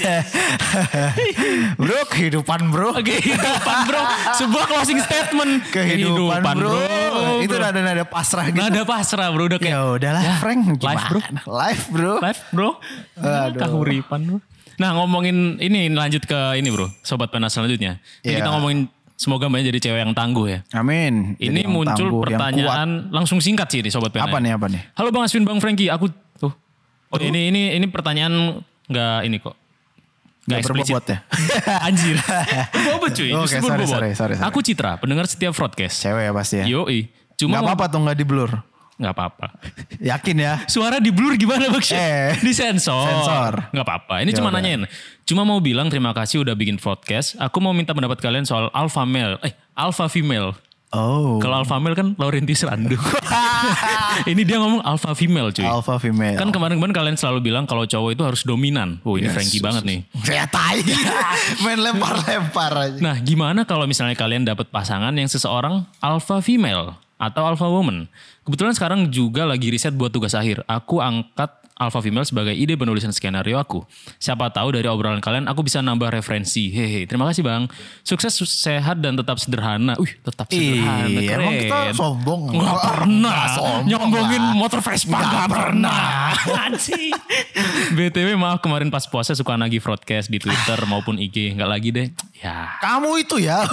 Bro kehidupan bro. Kehidupan bro. Sebuah closing statement. Kehidupan, bro. Itu bro. nada-nada pasrah gitu. Nada pasrah bro. Udah kayak. Ya udahlah Frank gimana? live, bro. Live bro. Live bro. Aduh. Kahuripan bro. Nah ngomongin ini lanjut ke ini bro. Sobat Pena selanjutnya. Ini Iya. kita ngomongin semoga mbaknya jadi cewek yang tangguh ya. Amin. Ini Jadi yang muncul tangguh, yang kuat. pertanyaan langsung singkat sih nih Sobat Pena. Apa nih apa nih? Halo Bang Aswin, Bang Frankie. Aku tuh. Oh ini ini ini pertanyaan nggak ini kok. Nggak Nggak eksplisit. berbobot ya? Anjir. Berbobot cuy. Oke, Justru sorry, berbobot. sorry, sorry, sorry. Aku Citra, pendengar setiap broadcast. Cewek ya pasti ya. Yoi. Cuma Gak apa-apa tuh gak di blur. Nggak apa-apa. Yakin ya? Suara di blur gimana Bang? Eh. Di sensor. Sensor. Nggak apa-apa. Ini Ya cuma udah. nanyain. Cuma mau bilang terima kasih udah bikin podcast. Aku mau minta pendapat kalian soal alpha male. Eh, alpha female. Oh. Kalau alpha male kan Laurentius Randu. Ini dia ngomong alpha female cuy. Alpha female. Kan kemarin-kemarin kalian selalu bilang kalau cowok itu harus dominan. Oh ini Yes, Frankie yes, banget yes. nih. Kayak tai. Main lempar-lempar aja. Nah gimana kalau misalnya kalian dapat pasangan yang seseorang alpha female atau alpha woman? Kebetulan sekarang juga lagi riset buat tugas akhir. Aku angkat alpha female sebagai ide penulisan skenario aku. Siapa tahu dari obrolan kalian aku bisa nambah referensi. Hehe, terima kasih bang. Sukses, sehat dan tetap sederhana. Wih, tetap sederhana. Iya, Keren. emang kita sombong. Nggak pernah. Nggak sombong Nyombongin lah. motor Vespa nggak pernah. Anjing. B T W maaf kemarin pas puasa suka nagih broadcast di Twitter maupun I G. Nggak lagi deh. Ya. Kamu itu ya.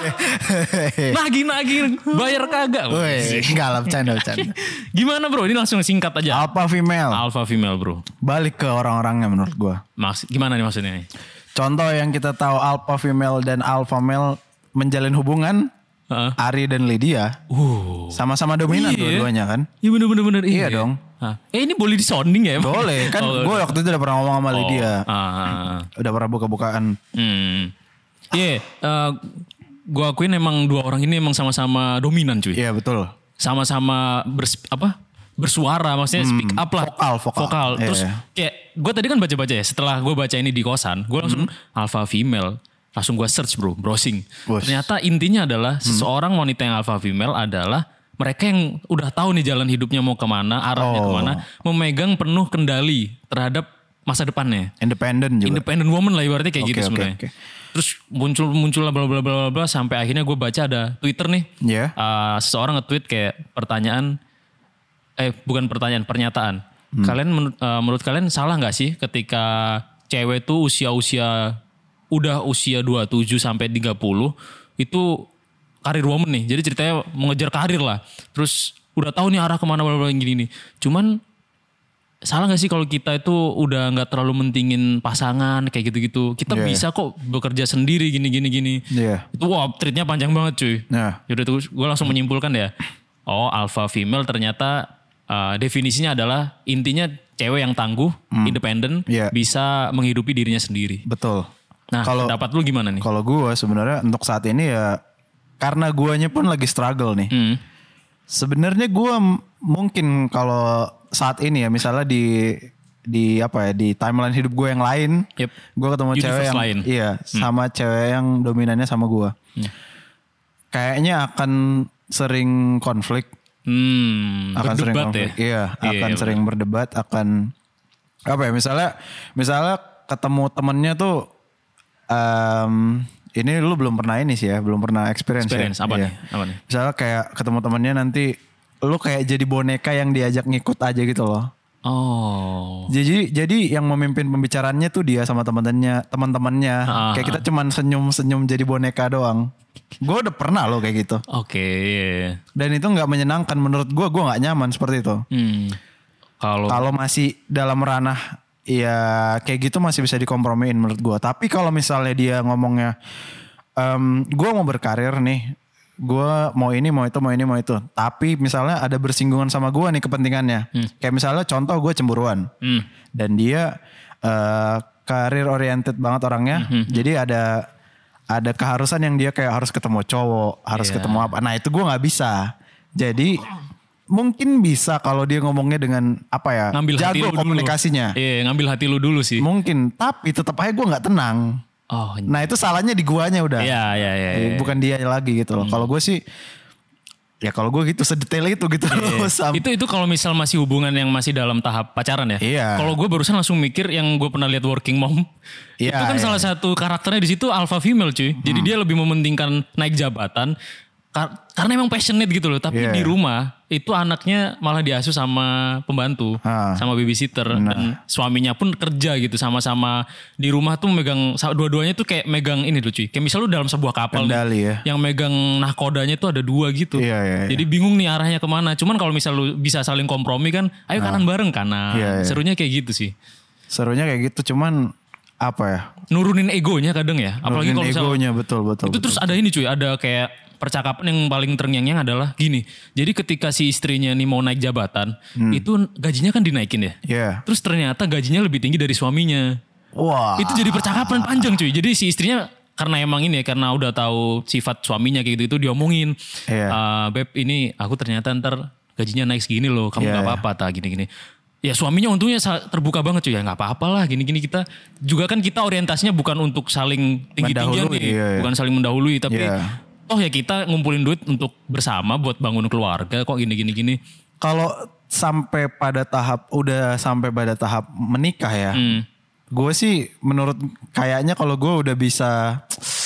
Nagih-nagih bayar kagak. Woi, enggak lah bercanda bercanda. Gimana bro? Ini langsung singkat aja. Alpha female. Alpha female bro. Balik ke orang-orangnya menurut gua. Maks gimana nih maksudnya nih? Contoh yang kita tahu alpha female dan alpha male menjalin hubungan, Heeh. Ari dan Lydia Uh. sama-sama dominan Iya. dua-duanya kan. Iya bener-bener. bener. Iya dong. Hah. Eh ini boleh disounding ya? Emang? Boleh kan, Oh, gue waktu itu udah pernah ngomong sama Lydia. Oh, ah, ah, ah. Udah pernah buka-bukaan. Hmm. Iya, eh, gue akuin emang dua orang ini emang sama-sama dominan cuy. Iya betul. Sama-sama bers apa? Bersuara maksudnya speak up lah. vokal, vokal. Iya, Terus iya. kayak gue tadi kan baca-baca ya. Setelah gue baca ini di kosan, gue langsung alpha female. Langsung gue search bro, browsing. Bos. Ternyata intinya adalah seseorang wanita yang alpha female adalah mereka yang udah tahu nih jalan hidupnya mau kemana, arahnya Oh. kemana. Memegang penuh kendali terhadap masa depannya. Independen juga. Independent woman lah ibaratnya kayak Oke, gitu oke, sebenarnya. oke. Terus muncul muncul lah bla bla bla bla bla sampai akhirnya gue baca ada Twitter nih. Iya. Uh, seseorang nge-tweet kayak pertanyaan eh bukan pertanyaan, pernyataan. Hmm. Kalian menurut, uh, menurut kalian salah nggak sih ketika cewek tuh usia-usia udah usia dua puluh tujuh sampai tiga puluh itu karir woman nih. Jadi ceritanya mengejar karir lah. Terus udah tahu nih arah kemana bla bla gini nih. Cuman salah gak sih kalau kita itu udah gak terlalu mentingin pasangan kayak gitu-gitu. Kita Iya. bisa kok bekerja sendiri gini-gini gini. Iya. Itu wah treatnya panjang banget cuy. Nah. Yaudah tuh gue langsung menyimpulkan ya. Oh alpha female ternyata uh, definisinya adalah intinya cewek yang tangguh, independen, Iya. bisa menghidupi dirinya sendiri. Betul. Nah, Kalau- pendapat lu gimana nih? Kalau gue sebenarnya untuk saat ini ya karena guanya pun lagi struggle nih. Hmm. Sebenarnya gue m- mungkin kalau saat ini ya misalnya di di apa ya di timeline hidup gue yang lain, Yep. gue ketemu Universe cewek yang lain. iya sama cewek yang dominannya sama gue. Kayaknya akan sering konflik. Hmm, akan sering berdebat konflik. ya? Iya, Iya, akan iya, sering berdebat, akan apa ya? Misalnya, misalnya ketemu temennya tuh, em, ini lu belum pernah ini sih ya, belum pernah experience, Experience, ya. apa Iya. nih? Apa nih? Misalnya kayak ketemu temennya nanti, lu kayak jadi boneka yang diajak ngikut aja gitu loh. Oh. Jadi jadi yang memimpin pembicaraannya tuh dia sama teman-temannya, teman-temannya. Ah, Kayak kita cuman senyum-senyum jadi boneka doang. Gue udah pernah loh kayak gitu. Oke. iya. Dan itu nggak menyenangkan menurut gue. Gue nggak nyaman seperti itu. Hmm. Kalau Kalau masih dalam ranah ya kayak gitu masih bisa dikompromiin menurut gue. Tapi kalau misalnya dia ngomongnya, em, gue mau berkarir nih, gue mau ini mau itu mau ini mau itu. Tapi misalnya ada bersinggungan sama gue nih kepentingannya. Kayak misalnya contoh gue cemburuan Hmm. dan dia eh, karir oriented banget orangnya. Jadi ada ada keharusan yang dia kayak harus ketemu cowok, harus Iya. ketemu apa. Nah itu gue nggak bisa. Jadi mungkin bisa kalau dia ngomongnya dengan apa ya, ngambil hati jago lu komunikasinya. dulu. Iya, ngambil hati lu dulu sih. Mungkin, tapi tetap aja gue nggak tenang. Oh, Nah itu salahnya di guanya udah. iya iya iya. iya. Bukan dia lagi gitu loh. Kalau gue sih, ya kalau gue gitu sedetail itu gitu loh. Sam. Itu itu kalau misal masih hubungan yang masih dalam tahap pacaran ya. Iya. Kalau gue barusan langsung mikir yang gue pernah lihat Working Mom. Iya, itu kan iya. salah satu karakternya di situ alpha female cuy. Jadi dia lebih mementingkan naik jabatan kar- karena emang passionate gitu loh. Tapi Iya. di rumah itu anaknya malah diasuh sama pembantu, Ah. sama babysitter dan suaminya pun kerja gitu sama-sama di rumah tuh megang dua-duanya tuh kayak megang ini loh cuy. Kayak misal lu dalam sebuah kapal Kendali nih, ya. yang megang nahkodanya tuh ada dua gitu. Iya, iya, iya. Jadi bingung nih arahnya kemana. Cuman kalau misal lu bisa saling kompromi kan, ayo kanan bareng kanan. Iya, iya. Serunya kayak gitu sih. Serunya kayak gitu, cuman apa ya? Nurunin egonya kadang ya. Apalagi kalau Nurunin misal egonya betul betul. itu betul. terus ada ini cuy, ada kayak percakapan yang paling terngiang-ngiang adalah gini. Jadi ketika si istrinya nih mau naik jabatan, itu gajinya kan dinaikin ya. Hmm. Iya. Terus ternyata gajinya lebih tinggi dari suaminya. Wah. Itu jadi percakapan panjang cuy. Jadi si istrinya karena emang ini ya, karena udah tahu sifat suaminya kayak gitu itu diomongin. Iya. "Ah, Beb ini aku ternyata ntar gajinya naik segini loh. Kamu Iya, gak iya. apa-apa tak gini-gini. Ya suaminya untungnya sa- terbuka banget cuy. Ya gak apa-apa lah gini-gini kita. Juga kan kita orientasinya bukan untuk saling tinggi-tinggian Mendahului, nih. iya, iya. Bukan saling mendahului. Tapi Iya. oh ya kita ngumpulin duit untuk bersama buat bangun keluarga kok gini-gini gini. Kalau sampai pada tahap udah sampai pada tahap menikah ya, Hmm. gue sih menurut kayaknya kalau gue udah bisa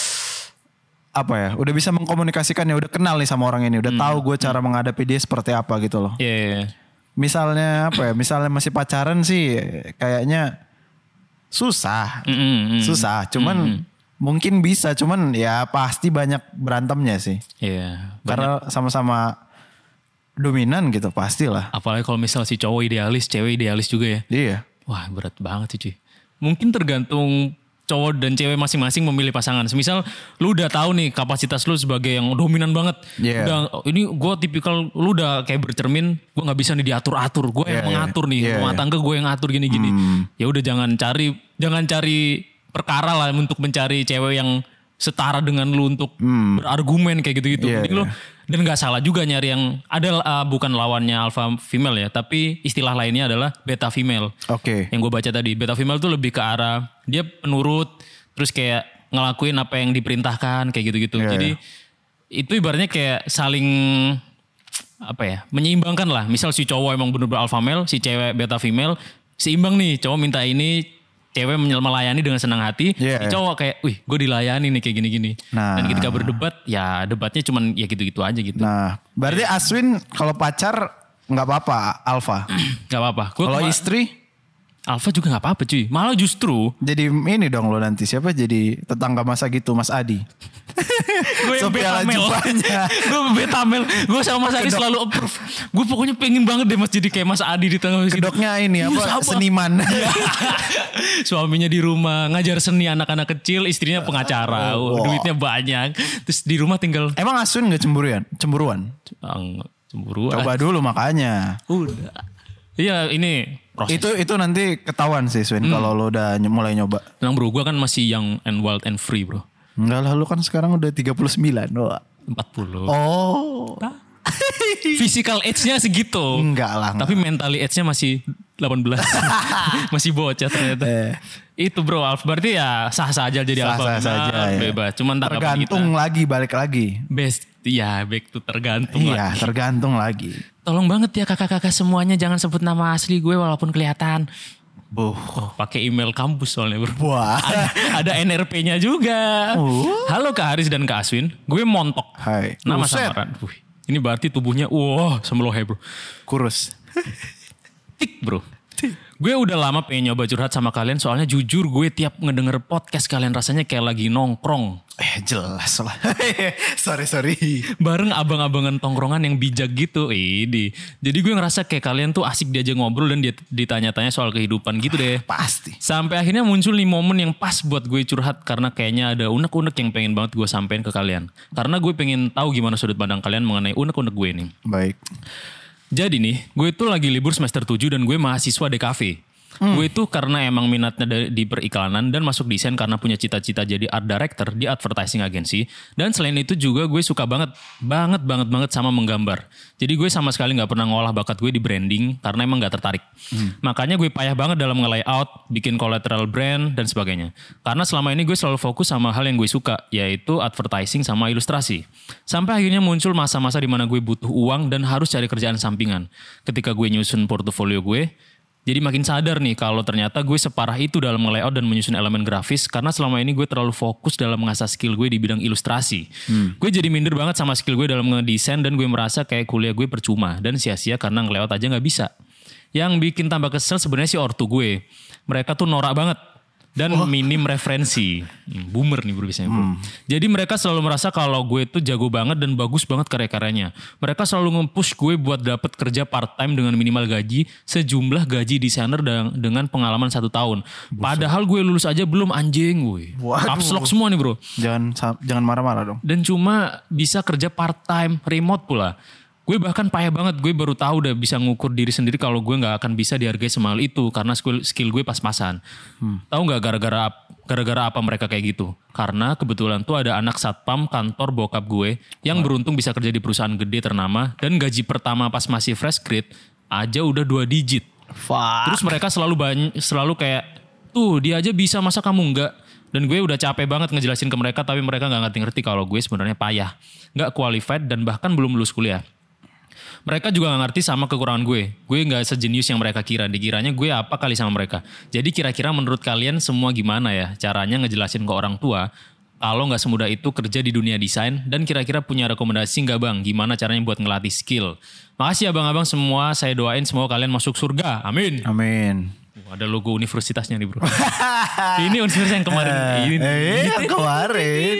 apa ya, udah bisa mengkomunikasikannya, udah kenal nih sama orang ini, udah tahu gue cara menghadapi dia seperti apa gitu loh. Iya. iya, iya. Misalnya apa ya, misalnya masih pacaran sih kayaknya susah, Mm, mm, mm. susah. Cuman mungkin bisa, cuman ya pasti banyak berantemnya sih, Iya. karena sama-sama dominan gitu pastilah. Apalagi kalau misal si cowok idealis, cewek idealis juga ya. Iya. Wah berat banget sih cuy. Mungkin tergantung cowok dan cewek masing-masing memilih pasangan. Semisal lu udah tahu nih kapasitas lu sebagai yang dominan banget. Iya. Udah oh, ini gue tipikal lu udah kayak bercermin gue nggak bisa nih diatur-atur. Gue yang Iya, mengatur iya. nih. Iya, Rumah iya. tangga gue yang ngatur gini-gini. Ya udah jangan cari jangan cari perkara lah untuk mencari cewek yang setara dengan lu untuk berargumen kayak gitu-gitu. Iya, Mending lu iya. dan gak salah juga nyari yang ada uh, bukan lawannya alpha female ya, tapi istilah lainnya adalah beta female. Oke. Yang gue baca tadi, beta female tuh lebih ke arah dia penurut, terus kayak ngelakuin apa yang diperintahkan kayak gitu-gitu. Iya, Jadi iya. itu ibaratnya kayak saling apa ya, menyeimbangkan lah. Misal si cowok emang bener-bener alpha male, si cewek beta female, seimbang nih. Cowok minta ini, cewek menyel- melayani dengan senang hati. Iya, Si iya. cowok kayak, wih gue dilayani nih kayak gini-gini. Nah. Dan ketika berdebat, ya debatnya cuman ya gitu-gitu aja gitu. Nah, berarti Aswin kalau pacar nggak apa-apa, Alfa. Gak apa-apa. Gua Kalau kema- istri Alpha juga gak apa-apa cuy. Malah justru jadi ini dong lo nanti siapa jadi tetangga masa gitu, Mas Adi. gue yang Sophia beta male. Lajupanya. Gue beta male. Gue sama Mas Adi selalu approve. Gue pokoknya pengen banget deh Mas jadi kayak Mas Adi di tengah situ. Kedoknya ini Uh, apa sabar. seniman. Suaminya di rumah ngajar seni anak-anak kecil, istrinya pengacara. Oh, Oh, wow. duitnya banyak. Terus di rumah tinggal Emang Aswin nggak cemburuan? Cemburuan? Ang- Cemburu. Coba dulu makanya. Udah. Iya ini proses. Itu itu nanti ketahuan sih Swin Hmm. kalau lo udah ny- mulai nyoba. Tenang bro, gue kan masih young and wild and free bro. Enggak lah, lu kan sekarang udah tiga puluh sembilan. Wah. empat puluh. Oh. Physical age-nya segitu. Enggak lah. Tapi mentally age-nya masih delapan belas. Masih bocah ternyata. Eh. Itu bro, Alf berarti ya sah-sah aja jadi Sah-sah alpha. saja, Nah, ya. bebas. Cuman tanggapan Tergantung kita. lagi, balik lagi. Best, ya back to tergantung Iya, lagi. tergantung lagi. Tolong banget ya kakak-kakak semuanya jangan sebut nama asli gue walaupun kelihatan. Buh. Oh, pakai email kampus soalnya bro. Wah. ada, ada N R P-nya juga. Oh. Halo Kak Haris dan Kak Aswin, gue montok. Hai. Nama Buset. samaran. Wih, ini berarti tubuhnya, wah, semelohe bro. Kurus. Tik bro. Gue udah lama pengen nyoba curhat sama kalian soalnya jujur gue tiap ngedenger podcast kalian rasanya kayak lagi nongkrong. Eh jelas lah. sorry sorry. Bareng abang-abangan tongkrongan yang bijak gitu. Ini. Jadi gue ngerasa kayak kalian tuh asik diajak ngobrol dan dit- ditanya-tanya soal kehidupan gitu deh. Pasti. Sampai akhirnya muncul nih momen yang pas buat gue curhat karena kayaknya ada unek-unek yang pengen banget gue sampein ke kalian. Karena gue pengen tahu gimana sudut pandang kalian mengenai unek-unek gue nih. Baik. Jadi nih, gue tuh lagi libur semester tujuh dan gue mahasiswa D K V. Hmm. Gue itu karena emang minatnya da- di periklanan dan masuk desain karena punya cita-cita jadi art director di advertising agency. Dan selain itu juga gue suka banget, banget, banget, banget sama menggambar. Jadi gue sama sekali gak pernah ngolah bakat gue di branding karena emang gak tertarik. Hmm. Makanya gue payah banget dalam nge-layout, bikin collateral brand, dan sebagainya. Karena selama ini gue selalu fokus sama hal yang gue suka, yaitu advertising sama ilustrasi. Sampai akhirnya muncul masa-masa di mana gue butuh uang dan harus cari kerjaan sampingan. Ketika gue nyusun portofolio gue, jadi makin sadar nih kalau ternyata gue separah itu dalam nge-layout dan menyusun elemen grafis karena selama ini gue terlalu fokus dalam mengasah skill gue di bidang ilustrasi. Hmm. Gue jadi minder banget sama skill gue dalam ngedesain dan gue merasa kayak kuliah gue percuma dan sia-sia karena nge-layout aja gak bisa. Yang bikin tambah kesel sebenarnya sih ortu gue. Mereka tuh norak banget. Dan oh. minim referensi. Hmm, boomer nih bro biasanya bro. Hmm. Jadi mereka selalu merasa kalau gue tuh jago banget dan bagus banget karya-karyanya. Mereka selalu nge-push gue buat dapet kerja part-time dengan minimal gaji sejumlah gaji desainer dengan pengalaman satu tahun. Buset. Padahal gue lulus aja belum anjing gue. Caps lock semua nih bro. Jangan jangan marah-marah dong. Dan cuma bisa kerja part-time, remote pula. Gue bahkan payah banget, gue baru tahu udah bisa ngukur diri sendiri kalau gue gak akan bisa dihargai semahal itu karena skill, skill gue pas-pasan. Hmm. Tahu gak gara-gara gara-gara apa mereka kayak gitu? Karena kebetulan tuh ada anak satpam kantor bokap gue yang oh. beruntung bisa kerja di perusahaan gede ternama dan gaji pertama pas masih fresh grade aja udah dua digit. Fuck. Terus mereka selalu banyak, selalu kayak, tuh dia aja bisa masa kamu enggak? Dan gue udah capek banget ngejelasin ke mereka tapi mereka gak ngerti-ngerti kalau gue sebenarnya payah. Gak qualified dan bahkan belum lulus kuliah. Mereka juga gak ngerti sama kekurangan gue. Gue gak sejenius yang mereka kira. Dikiranya gue apa kali sama mereka. Jadi kira-kira menurut kalian semua gimana ya caranya ngejelasin ke orang tua kalau gak semudah itu kerja di dunia desain dan kira-kira punya rekomendasi gak bang? Gimana caranya buat ngelatih skill? Makasih abang-abang semua. Saya doain semoga kalian masuk surga. Amin. Amin. Oh, ada logo universitasnya nih bro. Ini universitas yang kemarin. Ini. Eh, yang kemarin.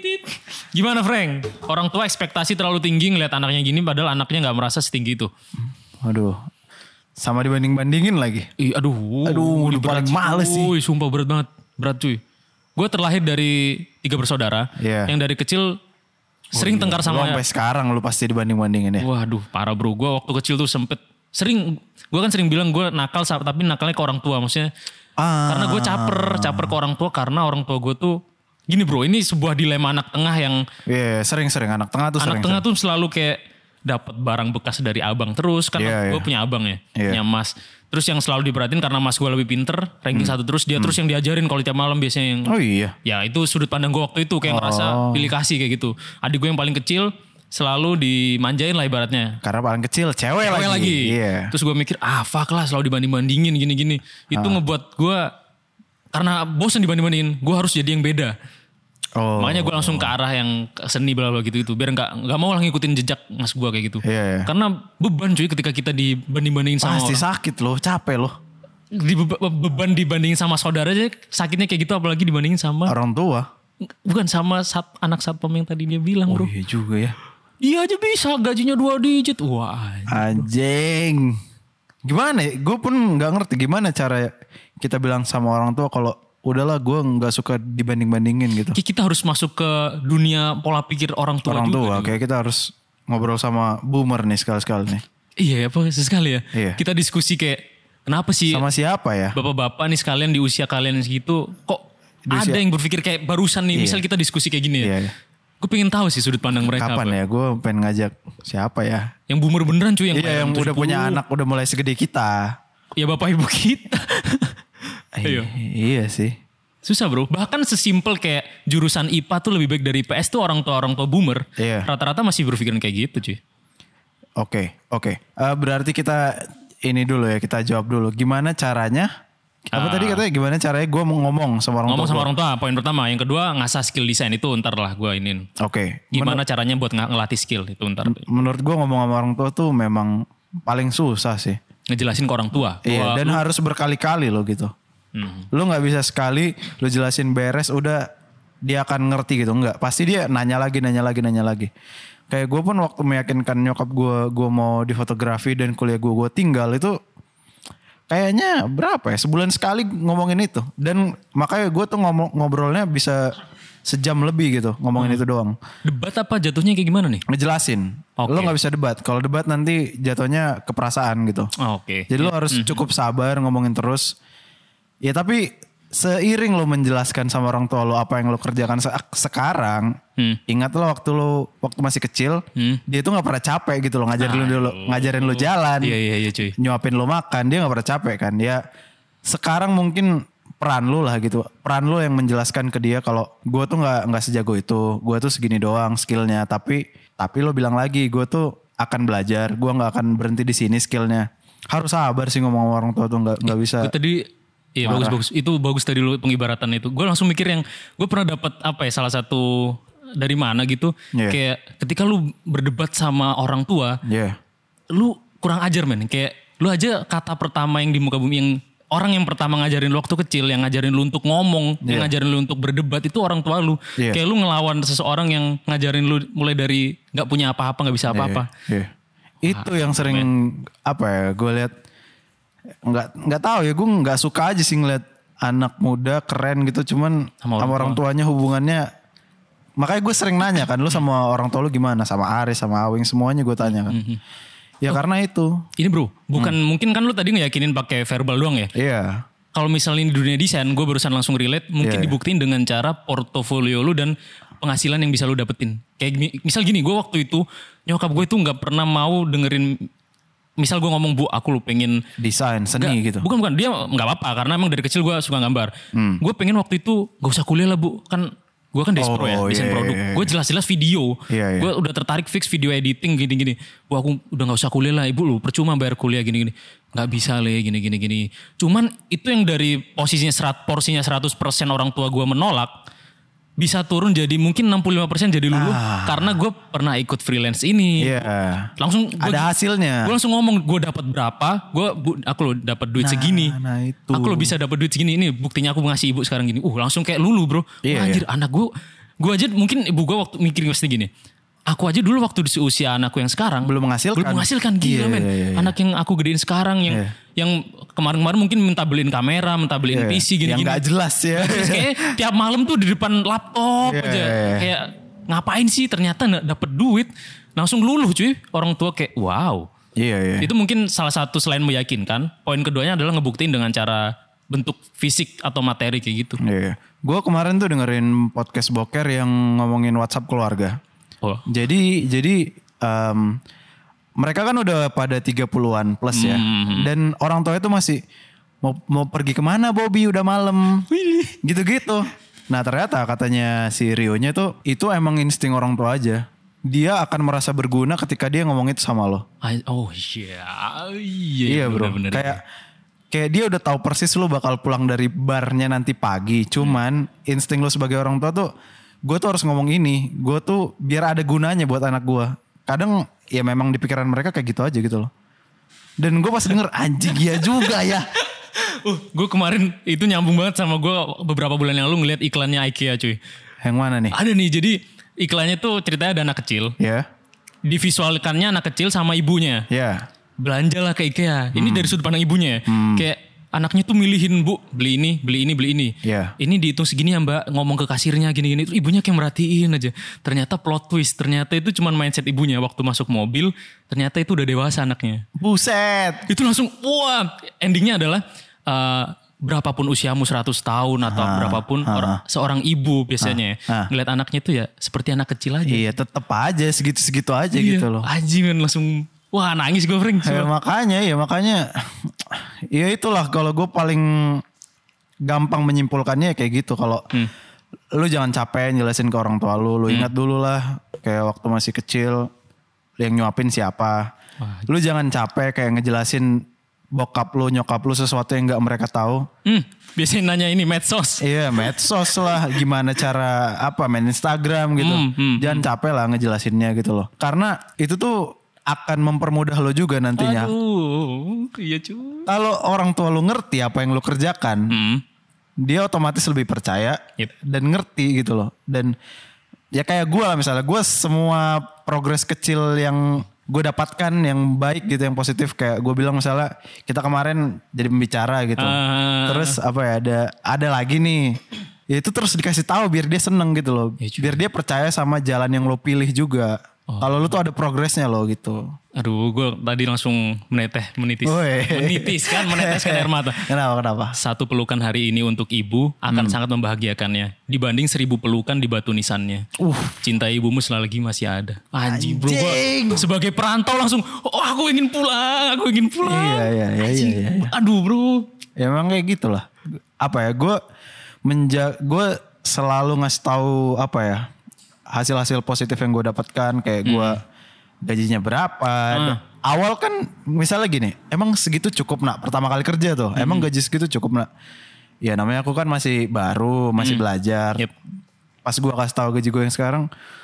Gimana Frank? Orang tua ekspektasi terlalu tinggi ngeliat anaknya gini padahal anaknya gak merasa setinggi itu. Aduh. Sama dibanding-bandingin lagi. Ih, aduh. Aduh, ini paling males sih. Uy, sumpah berat banget. Berat cuy. Gue terlahir dari tiga bersaudara. Yeah. Yang dari kecil sering oh, iya. tengkar sama. Lu sampai sekarang lu pasti dibanding-bandingin ya. Waduh parah bro. Gue waktu kecil tuh sempet. Sering. Gue kan sering bilang gue nakal tapi nakalnya ke orang tua. Maksudnya. Ah. Karena gue caper. Caper ke orang tua karena orang tua gue tuh. Gini bro. Ini sebuah dilema anak tengah yang. Iya yeah, sering-sering. Anak tengah tuh anak sering. Anak tengah tuh selalu kayak. Dapat barang bekas dari abang terus. Kan yeah, gue yeah. punya abang ya. Yeah. Punya mas. Terus yang selalu diperhatiin karena mas gue lebih pinter. Ranking hmm. satu terus. Dia hmm. terus yang diajarin kalau tiap malam biasanya yang. Oh iya. Ya itu sudut pandang gue waktu itu. Kayak oh. ngerasa pilih kasih kayak gitu. Adik gue yang paling kecil. Selalu dimanjain lah ibaratnya. Karena paling kecil cewek, cewek lagi. lagi. Yeah. Terus gue mikir ah fuck lah selalu dibanding-bandingin gini-gini. Itu ah. ngebuat gue. Karena bosan dibanding-bandingin. Gue harus jadi yang beda. Oh. Makanya gue langsung ke arah yang seni bla bla gitu itu biar nggak nggak mau lah ngikutin jejak mas gue kayak gitu. Yeah, yeah. Karena beban cuy ketika kita dibanding-bandingin sama pasti orang. sakit loh, capek loh. Di be- beban dibandingin sama saudara aja sakitnya kayak gitu apalagi dibandingin sama orang tua. Bukan sama sat, anak satpam yang tadi dia bilang oh, bro. Iya juga ya. Iya aja bisa gajinya dua digit. Wah anjing. Gimana ya? Gue pun nggak ngerti gimana cara kita bilang sama orang tua kalau udahlah gue gak suka dibanding-bandingin gitu. Kita harus masuk ke dunia pola pikir orang tua orang juga. Orang tua kayak kita harus ngobrol sama boomer nih sekali-sekali nih. Iya apa sesekali ya. Iya. Kita diskusi kayak kenapa sih Sama siapa ya? bapak-bapak nih sekalian di usia kalian segitu kok Di usia- ada yang berpikir kayak barusan nih. Iya. Misal kita diskusi kayak gini ya. Iya, iya. Gue pengen tahu sih sudut pandang mereka Kapan apa. ya? Gue pengen ngajak siapa ya? Yang boomer beneran cuy. Yang Iya yang tujuh udah puluh. punya anak udah mulai segede kita. Ya bapak ibu kita. Ayo. I- iya sih. Susah bro. Bahkan sesimpel kayak jurusan I P A tuh lebih baik dari I P S tuh orang tua orang tua boomer. Iya. Rata-rata masih berpikiran kayak gitu cuy. Oke, oke. Eh, berarti kita ini dulu ya, kita jawab dulu. Gimana caranya? Apa Ah. tadi katanya gimana caranya gue mau ngomong sama orang Ngomong tua sama gua? orang tua poin pertama. Yang kedua ngasah skill desain itu ntar lah gue inin. Oke. Gimana caranya buat ng- ngelatih skill itu ntar. Menurut gue ngomong sama orang tua tuh memang paling susah sih. Ngejelasin ke orang tua. Iya, Bahwa dan lu- harus berkali-kali loh gitu. Hmm. Lu nggak bisa sekali lu jelasin beres udah dia akan ngerti gitu, enggak. Pasti dia nanya lagi, nanya lagi, nanya lagi. Kayak gue pun waktu meyakinkan nyokap gue gue mau di fotografi dan kuliah gue gue tinggal itu kayaknya berapa ya sebulan sekali ngomongin itu, dan makanya gue tuh ngomong ngobrolnya bisa sejam lebih gitu ngomongin itu doang, Debat apa jatuhnya kayak gimana nih? ngejelasin. Oke. Lo nggak bisa debat, kalau debat nanti jatuhnya ke perasaan gitu. Oh, Oke. Jadi lo harus cukup sabar ngomongin terus. Ya tapi seiring lo menjelaskan sama orang tua lo apa yang lo kerjakan se- sekarang, Hmm. ingat lo waktu lo waktu masih kecil, Hmm. dia tuh nggak pernah capek gitu lo ngajarin lo dulu, ngajarin lo jalan, Iya iya iya cuy. nyuapin lo makan, dia nggak pernah capek kan. Dia sekarang mungkin peran lo lah gitu, peran lo yang menjelaskan ke dia kalau gue tuh nggak nggak sejago itu, gue tuh segini doang skillnya, tapi tapi lo bilang lagi gue tuh akan belajar, gue nggak akan berhenti di sini skillnya. Harus sabar sih ngomong sama orang tua tuh, nggak nggak bisa. Gue tadi iya Marah. bagus bagus itu bagus tadi lu pengibaratan itu. Gue langsung mikir yang gue pernah dapat apa ya salah satu dari mana gitu. Iya. Kayak ketika lu berdebat sama orang tua, Iya. lu kurang ajar men. Kayak lu aja kata pertama yang di muka bumi yang orang yang pertama ngajarin lu waktu kecil, yang ngajarin lu untuk ngomong, yang Iya. ngajarin lu untuk berdebat itu orang tua lu. Iya. Kayak lu ngelawan seseorang yang ngajarin lu mulai dari nggak punya apa-apa, nggak bisa apa-apa. Iya. Itu yang sering apa ya gue lihat, nggak nggak tahu ya, gue nggak suka aja sih ngeliat anak muda keren gitu cuman Sama sama orang orang, tuanya hubungannya. Makanya gue sering nanya kan, lu sama orang tua lu gimana, sama Aris sama Awing semuanya gue tanya kan. Ya karena itu. Ini bro, bukan mungkin kan lu tadi ngeyakinin pakai verbal doang ya. Iya. Kalau misalnya di dunia desain, gue barusan langsung relate, mungkin Iya, iya. dibuktiin dengan cara portofolio lu dan penghasilan yang bisa lu dapetin. Kayak gini, misal gini, gue waktu itu nyokap gue itu nggak pernah mau dengerin, misal gue ngomong bu, aku lu pengen Desain seni Nggak, gitu. bukan bukan dia nggak apa-apa karena emang dari kecil gue suka gambar. Gue pengen waktu itu gak usah kuliah lah bu, kan gue kan Despro ya, Oh, desain iya, produk. iya, iya. Gue jelas-jelas video. Iya, iya. Gue udah tertarik fix video editing gini-gini. Bu aku udah gak usah kuliah lah ibu lu, percuma bayar kuliah gini-gini. Gak bisa le gini-gini gini. Cuman itu yang dari posisinya serat, porsinya seratus persen orang tua gue menolak, bisa turun jadi mungkin enam puluh lima persen jadi luluh karena gue pernah ikut freelance ini. Ah. Iya. Langsung gua- Ada hasilnya. Gue langsung ngomong gue dapat berapa, gue aku lo dapat duit Nah, segini. nah itu. Aku lo bisa dapat duit segini. Ini buktinya aku ngasih ibu sekarang gini. Uh langsung kayak lulu bro. Iya, Wah, anjir anak gue, gue aja mungkin ibu gue waktu mikir pasti gini. Aku aja dulu waktu di usia anakku yang sekarang Belum menghasilkan. belum menghasilkan Iya, gila men. iya, iya. Anak yang aku gedein sekarang yang Iya. yang kemarin-kemarin mungkin minta beliin kamera, minta beliin Iya. P C Yang gini-gini. nggak jelas ya. Terus kayak tiap malam tuh di depan laptop Iya, aja. iya, iya. Kayak ngapain sih ternyata nggak dapet duit. Langsung luluh cuy. Orang tua kayak wow. Iya iya. Itu mungkin salah satu selain meyakinkan. Poin keduanya adalah ngebuktiin dengan cara bentuk fisik atau materi kayak gitu. Iya. Gue kemarin tuh dengerin podcast Boker yang ngomongin WhatsApp keluarga. Oh. Jadi jadi em, mereka kan udah pada tiga puluhan plus ya. Dan orang tua itu masih mau mau pergi kemana Bobby, udah malam. Gitu-gitu. Nah ternyata katanya si Rio-nya tuh itu emang insting orang tua aja. Dia akan merasa berguna ketika dia ngomong itu sama lo. I- Oh iya. Iya, Iya bro. bener-bener. Kayak kayak dia udah tahu persis lo bakal pulang dari barnya nanti pagi. Cuman insting lo sebagai orang tua tuh, gue tuh harus ngomong ini. Gue tuh biar ada gunanya buat anak gue. Kadang ya memang di pikiran mereka kayak gitu aja gitu loh. Dan gue pas denger anjing iya juga ya. Uh, gue kemarin itu nyambung banget sama gue beberapa bulan yang lalu ngeliat iklannya IKEA cuy. Yang mana nih? Ada nih jadi iklannya tuh ceritanya ada anak kecil. Ya, Divisualkannya anak kecil sama ibunya. ya. Belanjalah ke IKEA. Ini dari sudut pandang ibunya ya. Kayak anaknya tuh milihin, Bu, beli ini, beli ini, beli ini. Iya. Ini dihitung segini ya Mbak, ngomong ke kasirnya gini-gini. Terus ibunya kayak merhatiin aja. Ternyata plot twist, ternyata itu cuma mindset ibunya waktu masuk mobil. Ternyata itu udah dewasa anaknya. Buset. Itu langsung, wah, endingnya adalah uh, berapapun usiamu seratus tahun atau Ah, berapapun ah. orang, seorang ibu biasanya Ah, ah. ya, ngeliat anaknya tuh ya seperti anak kecil aja. Iya tetep aja segitu-segitu aja Iya, gitu loh. Anjing men, langsung, wah nangis gue Frank. Ya, makanya ya makanya ya itulah kalau gue paling gampang menyimpulkannya kayak gitu. Kalau Hmm. lu jangan capek jelasin ke orang tua lu. Lu ingat dulu lah kayak waktu masih kecil yang nyuapin siapa. Wah. Lu jangan capek kayak ngejelasin bokap lu nyokap lu sesuatu yang gak mereka tahu. Hmm, biasanya nanya ini medsos. Iya medsos lah gimana cara apa main Instagram gitu. Hmm, hmm, Jangan capek lah ngejelasinnya gitu loh. Karena itu tuh akan mempermudah lo juga nantinya. Aduh, iya cuy. Kalau orang tua lu ngerti apa yang lu kerjakan, Hmm. dia otomatis lebih percaya Yep. dan ngerti gitu loh. Dan ya kayak gue lah misalnya, gue semua progres kecil yang gue dapatkan yang baik gitu, yang positif, kayak gue bilang misalnya kita kemarin jadi pembicara gitu. Ah. Terus apa ya ada ada lagi nih. Ya itu terus dikasih tahu biar dia seneng gitu loh. Ya, cuy. Biar dia percaya sama jalan yang lo pilih juga. Oh. Kalau lu tuh ada progresnya lo gitu. Aduh, gue tadi langsung meneteh, menitis. Woi. Menitis kan, meneteskan air mata. Kenapa kenapa? Satu pelukan hari ini untuk ibu akan sangat membahagiakannya. Dibanding seribu pelukan di batu nisannya. Uh. Cinta ibumu selagi lagi masih ada. Anjing bro. Anjing. Gua sebagai perantau langsung, oh aku ingin pulang, aku ingin pulang. Iya, iya, iya, Anjing. iya, iya. Aduh bro. Ya emang kayak gitulah. Apa ya? Gue menja gue selalu ngasih tahu apa ya? Hasil-hasil positif yang gue dapatkan, kayak gue gajinya berapa. Hmm. Awal kan misalnya gini, emang segitu cukup nak pertama kali kerja tuh. Emang gaji segitu cukup nak? Ya namanya aku kan masih baru, masih belajar. Yep. Pas gue kasih tahu gaji gue yang sekarang,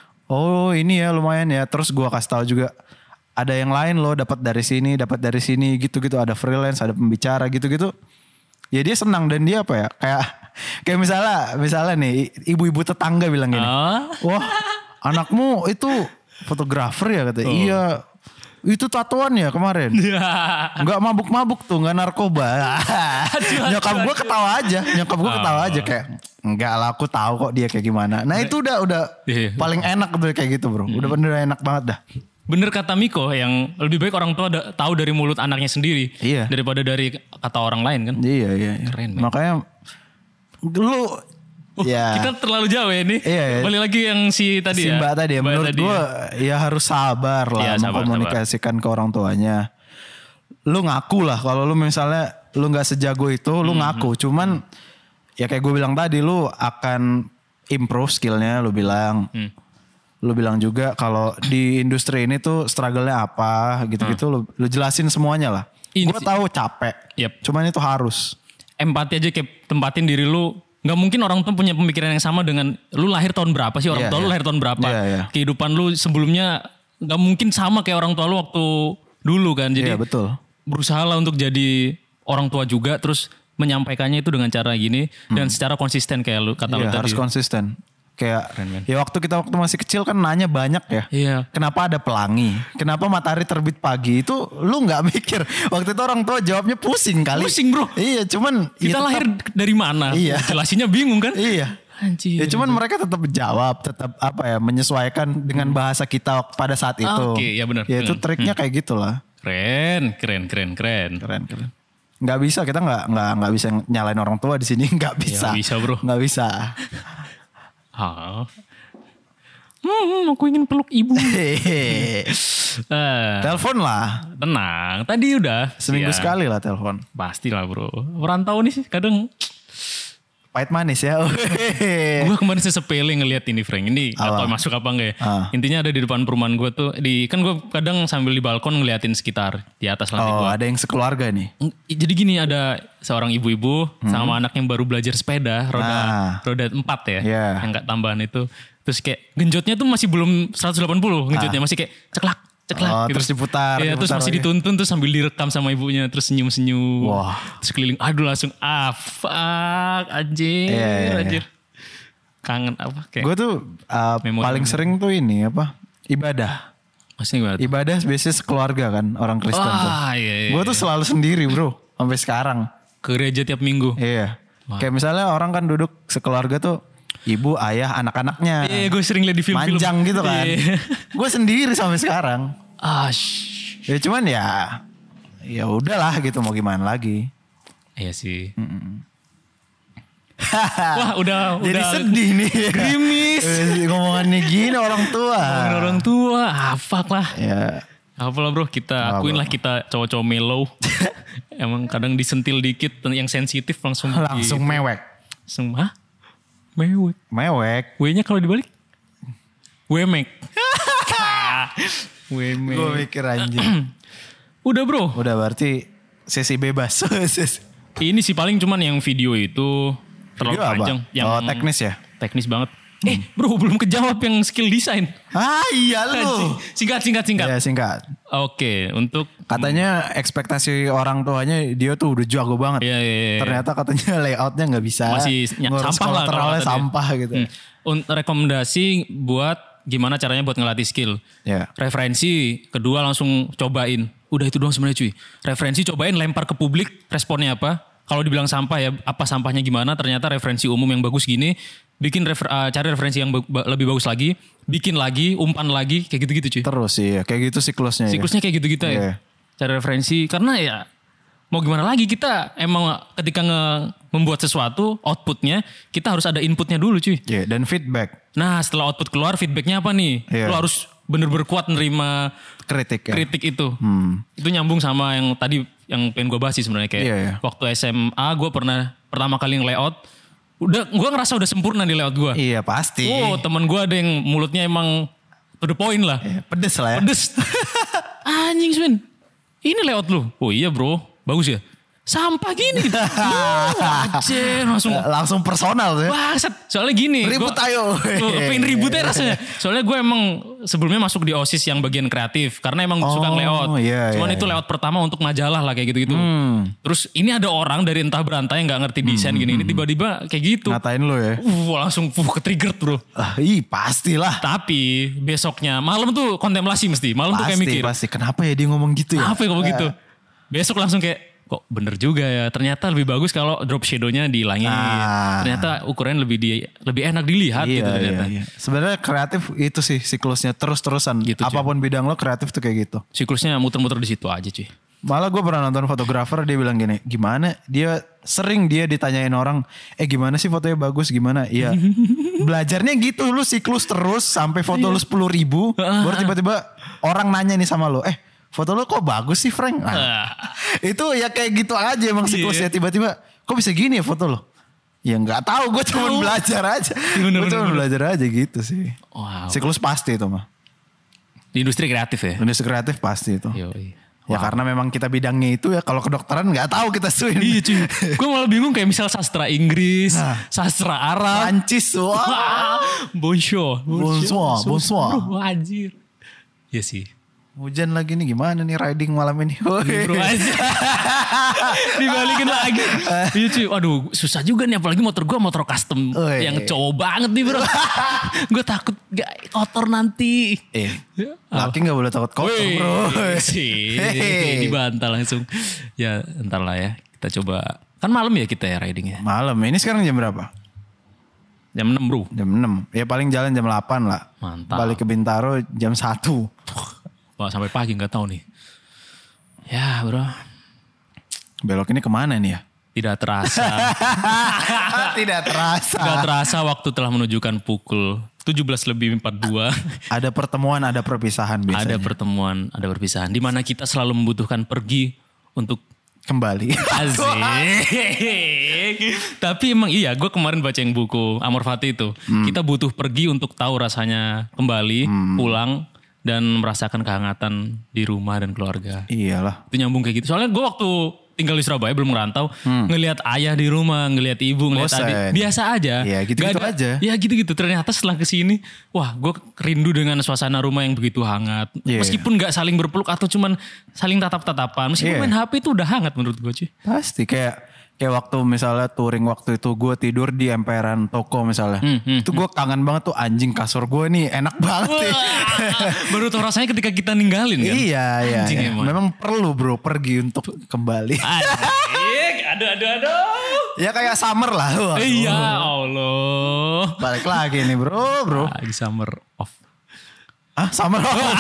oh ini ya lumayan ya. Terus gue kasih tahu juga ada yang lain loh, dapat dari sini, dapat dari sini gitu-gitu. Ada freelance, ada pembicara gitu-gitu. Ya dia senang dan dia apa ya? Kayak kayak misalnya misalnya nih ibu-ibu tetangga bilang gini. Oh. Wah, anakmu itu fotografer ya katanya. Iya. Itu tatoan ya kemarin. Enggak mabuk-mabuk tuh, enggak narkoba. Nyokap gue ketawa aja, nyokap gue ketawa aja kayak enggak lah, aku tahu kok dia kayak gimana. Nah, itu udah udah Iya. paling enak tuh kayak gitu, Bro. Udah bener enak banget dah. Bener kata Miko, yang lebih baik orang tua da- tahu dari mulut anaknya sendiri. Iya. Daripada dari kata orang lain kan. Iya, iya, iya. Keren, men. Makanya lu ya Kita terlalu jauh ya ini. Iya, iya. Balik lagi yang si tadi si ya. Mbak tadi ya, Mbak menurut tadi gue ya. ya harus sabar lah Iya, sabar, mengkomunikasikan ke orang tuanya. Lu ngaku lah kalau lu misalnya lu nggak sejago itu, lu Hmm, ngaku. Cuman ya kayak gue bilang tadi, lu akan improve skillnya. Lu bilang, Hmm. lu bilang juga kalau di industri ini tuh struggle-nya apa gitu-gitu. Lu, lu jelasin semuanya lah. Hmm. Ini Gue sih- tahu capek, Yep. cuman itu harus. Empati aja kayak tempatin diri lu. Gak mungkin orang tuh punya pemikiran yang sama dengan lu lahir tahun berapa sih, orang Iya, tua lu iya. lahir tahun berapa. Iya, iya. Kehidupan lu sebelumnya gak mungkin sama kayak orang tua lu waktu dulu kan. Jadi Iya betul. berusaha lah untuk jadi orang tua juga, terus menyampaikannya itu dengan cara gini dan secara konsisten kayak lu kata lu Iya tadi. harus konsisten. Kayak Keren, men. ya waktu kita waktu masih kecil kan nanya banyak ya. Iya. Kenapa ada pelangi? Kenapa matahari terbit pagi? Itu lu nggak mikir. Waktu itu orang tua jawabnya pusing kali. Pusing, bro. Iya, cuman Kita ya tetap- lahir dari mana? Iya. Jelasinnya bingung kan? Iya. Anjir. Ya cuman mereka tetap jawab, tetap apa ya, menyesuaikan dengan bahasa kita pada saat itu. Ah, oke, ya benar. Ya itu Hmm. triknya kayak gitulah. Keren, keren, keren, keren. Keren, keren. Nggak bisa, kita nggak nggak nggak bisa nyalain orang tua di sini, nggak bisa. Nggak bisa, bro. Nggak bisa. Ah. Hmm, aku ingin peluk ibu. Hehehe. Eh, Telepon lah. tenang, tadi udah. Seminggu Ya, sekali lah telepon. Pastilah bro. Merantau nih kadang. Pahit manis ya. Gue kemarin sesepele ngeliat ini Frank. Ini gak Apa? tau masuk apa enggak ya. Ah. Intinya ada di depan perumahan gue tuh. Di, kan gue kadang sambil di balkon ngeliatin sekitar. Di atas lantai Oh gue. ada yang sekeluarga nih. Jadi gini, ada seorang ibu-ibu sama anak yang baru belajar sepeda. Roda Hmm. Ah. roda empat ya. Iya. Yang gak tambahan itu. Terus kayak genjotnya tuh masih belum seratus delapan puluh. Genjotnya masih kayak ceklak. Ceklak Ah. Oh, gitu. terus diputar, Iya, terus diputar masih lagi. dituntun terus sambil direkam sama ibunya. Terus senyum-senyum. Wah. Terus keliling. Aduh langsung. Ah fuck. Anjir. Iya, iya, iya. Anjir. Kangen apa kayak. Gue tuh uh, Memori- paling sering tuh ini apa? Ibadah. Maksudnya gimana tuh? Ibadah biasanya sekeluarga kan orang Kristen tuh. Ah iya iya. Gue tuh selalu sendiri bro. Sampai sekarang. ke gereja tiap minggu. Iya. Kayak misalnya orang kan duduk sekeluarga tuh ibu, ayah, anak-anaknya. Iya, gue sering liat di film-film. Manjang gitu kan. Iya. Gue sendiri sampai sekarang. Ah, shh. Ya cuman ya ya udahlah gitu, mau gimana lagi. Iya sih. Wah, udah Jadi udah sedih nih. gerimis. Eh, Ngomongannya gini orang tua. Ngomongin orang tua, ah, fuck lah. Ya. Apalah bro, kita akuin lah kita cowok-cowok mellow. Emang kadang disentil dikit yang sensitif langsung Langsung gitu. mewek. Langsung, hah? Mewek. Mewek. W-nya kalau dibalik? Wemek. Wemek. Gue mikir anjing. Udah bro. Udah berarti sesi bebas. Ini sih paling cuman yang video itu terlalu Video apa? panjang. Yang Oh, teknis ya? Teknis banget. Eh bro, belum kejawab yang skill design. Ah iya lu. Singkat, singkat, singkat. Ya singkat. Oke, untuk Katanya ekspektasi orang tuanya dia tuh udah jago banget. Iya, iya, iya. Ternyata katanya layoutnya nggak bisa. Masih ny- Ngurus sampah lah kalau kolateralnya kata dia. sampah gitu. Hmm. Un- rekomendasi buat gimana caranya buat ngelatih skill. Ya. Referensi, kedua langsung cobain. Udah itu doang sebenarnya cuy. Referensi cobain, lempar ke publik, responnya apa. Kalau dibilang sampah ya, apa sampahnya gimana. Ternyata referensi umum yang bagus gini. Bikin refer- uh, cari referensi yang ba- ba- lebih bagus lagi. Bikin lagi, umpan lagi, kayak gitu-gitu cuy. Terus iya, kayak gitu siklusnya. ya. Siklusnya kayak gitu-gitu ya. Iya. Cari referensi, karena ya mau gimana lagi, kita emang ketika nge- membuat sesuatu, outputnya, kita harus ada inputnya dulu cuy. Iya, dan feedback, Nah setelah output keluar, feedbacknya apa nih? Iya. Lo harus bener-bener kuat nerima kritik ya. kritik itu. Hmm. Itu nyambung sama yang tadi yang pengen gue bahas sih sebenarnya. Kayak Iya, iya. waktu S M A gue pernah pertama kali nge-layout, udah gue ngerasa udah sempurna di layout gue. Iya pasti. Oh temen gue ada yang mulutnya emang to the point lah. Iya, pedes lah ya. Pedes. Anjing Sven. Ini layout lu. Oh iya bro. Bagus ya. Sampah gini. Aceh langsung. Langsung personal tuh ya. Bangsat. Soalnya gini. Ribut gua- ayo. Tuh, pengen ribut ya rasanya. Soalnya gue emang sebelumnya masuk di OSIS yang bagian kreatif. Karena emang suka Oh, nge-layout. iya, Cuman iya, itu iya. layout pertama untuk majalah lah kayak gitu-gitu. Terus ini ada orang dari entah berantai yang gak ngerti desain gini. Ini tiba-tiba kayak gitu. Ngatain lu ya. Uh, langsung uh, ke-trigger bro. Ah, ih pastilah. Tapi besoknya malam tuh kontemplasi mesti. Malam tuh kayak Pasti, mikir. pasti. Kenapa ya dia ngomong gitu ya? Apa ya kalau gitu? Besok langsung kayak kok bener juga ya. Ternyata lebih bagus kalau drop shadow-nya dihilangin. Ah. Ternyata ukurannya lebih di, lebih enak dilihat Iya, gitu ternyata. iya, iya. Sebenarnya kreatif itu sih siklusnya terus-terusan. Gitu, cuy. Apapun bidang lo kreatif tuh kayak gitu. Siklusnya muter-muter di situ aja cuy. Malah gue pernah nonton fotografer, dia bilang gini, gimana? Dia sering dia ditanyain orang, eh gimana sih fotonya bagus, gimana? Iya, belajarnya gitu, lu siklus terus sampai foto lu sepuluh ribu, baru tiba-tiba orang nanya nih sama lo, eh foto lu kok bagus sih Frank? Nah, itu ya kayak gitu aja emang siklusnya, tiba-tiba kok bisa gini ya foto lo? Ya nggak tahu, gue cuma belajar aja, bener, gue cuma bener. belajar aja gitu sih. Wow. Siklus pasti itu mah, Di industri kreatif ya. industri kreatif pasti itu. Yoi. Ya karena memang kita bidangnya itu ya, kalau kedokteran nggak tahu kita suin. Iya cuy. Gue malah bingung kayak misal sastra Inggris, sastra Arab. Prancis, wah. Wah, bonjour. Bonsoir, bonsoir. Bro, anjir. Iya sih. Hujan lagi nih, gimana nih riding malam ini? Woi. Bro aja. Dibalikin lagi. Iya cuy. Waduh susah juga nih. Apalagi motor gue motor custom. Woi. Yang cowok banget nih bro. Gue takut gak kotor nanti. Eh, laki nggak boleh takut kotor Wih, bro. sih. Hehehe. Dibantah langsung. Ya entar lah ya. Kita coba. Kan malam ya kita ya ridingnya. Malam, ini sekarang jam berapa? Jam enam bro. Jam enam. Ya paling jalan jam delapan lah. Mantap. Balik ke Bintaro jam satu. Wah sampai pagi gak tahu nih. Ya bro. Belok ini kemana nih ya? Tidak terasa. Tidak terasa. Tidak terasa waktu telah menunjukkan pukul tujuh belas lebih empat puluh dua. Ada pertemuan, ada perpisahan biasanya. Ada pertemuan, ada perpisahan. Di mana kita selalu membutuhkan pergi untuk Kembali. asik. Tapi emang iya, gue kemarin baca yang buku Amor Fati itu. Hmm. Kita butuh pergi untuk tahu rasanya kembali, pulang, dan merasakan kehangatan di rumah dan keluarga. Iyalah. Itu nyambung kayak gitu. Soalnya gue waktu tinggal di Surabaya belum merantau, ngelihat ayah di rumah, ngelihat ibu, ngelihat Bosan. adik, biasa aja. Ya, gitu-gitu Gak ada- aja. Ya gitu-gitu. Ternyata setelah kesini, wah gue rindu dengan suasana rumah yang begitu hangat. Iya. Meskipun gak saling berpeluk atau cuman saling tatap-tatapan, meskipun Iya. main H P itu udah hangat menurut gue cuy. Pasti kayak kayak waktu misalnya touring waktu itu gue tidur di emperan toko misalnya. Hmm, itu gue kangen banget tuh, anjing kasur gue nih enak banget nih. Baru tau rasanya ketika kita ninggalin kan. Iya, iya. Anjing iya. emang. Memang perlu bro pergi untuk kembali. Anjing, aduh, aduh, aduh. Ya kayak summer lah. Waduh. Iya, Allah. Balik lagi nih bro, bro. Lagi summer off. Ah, summer off.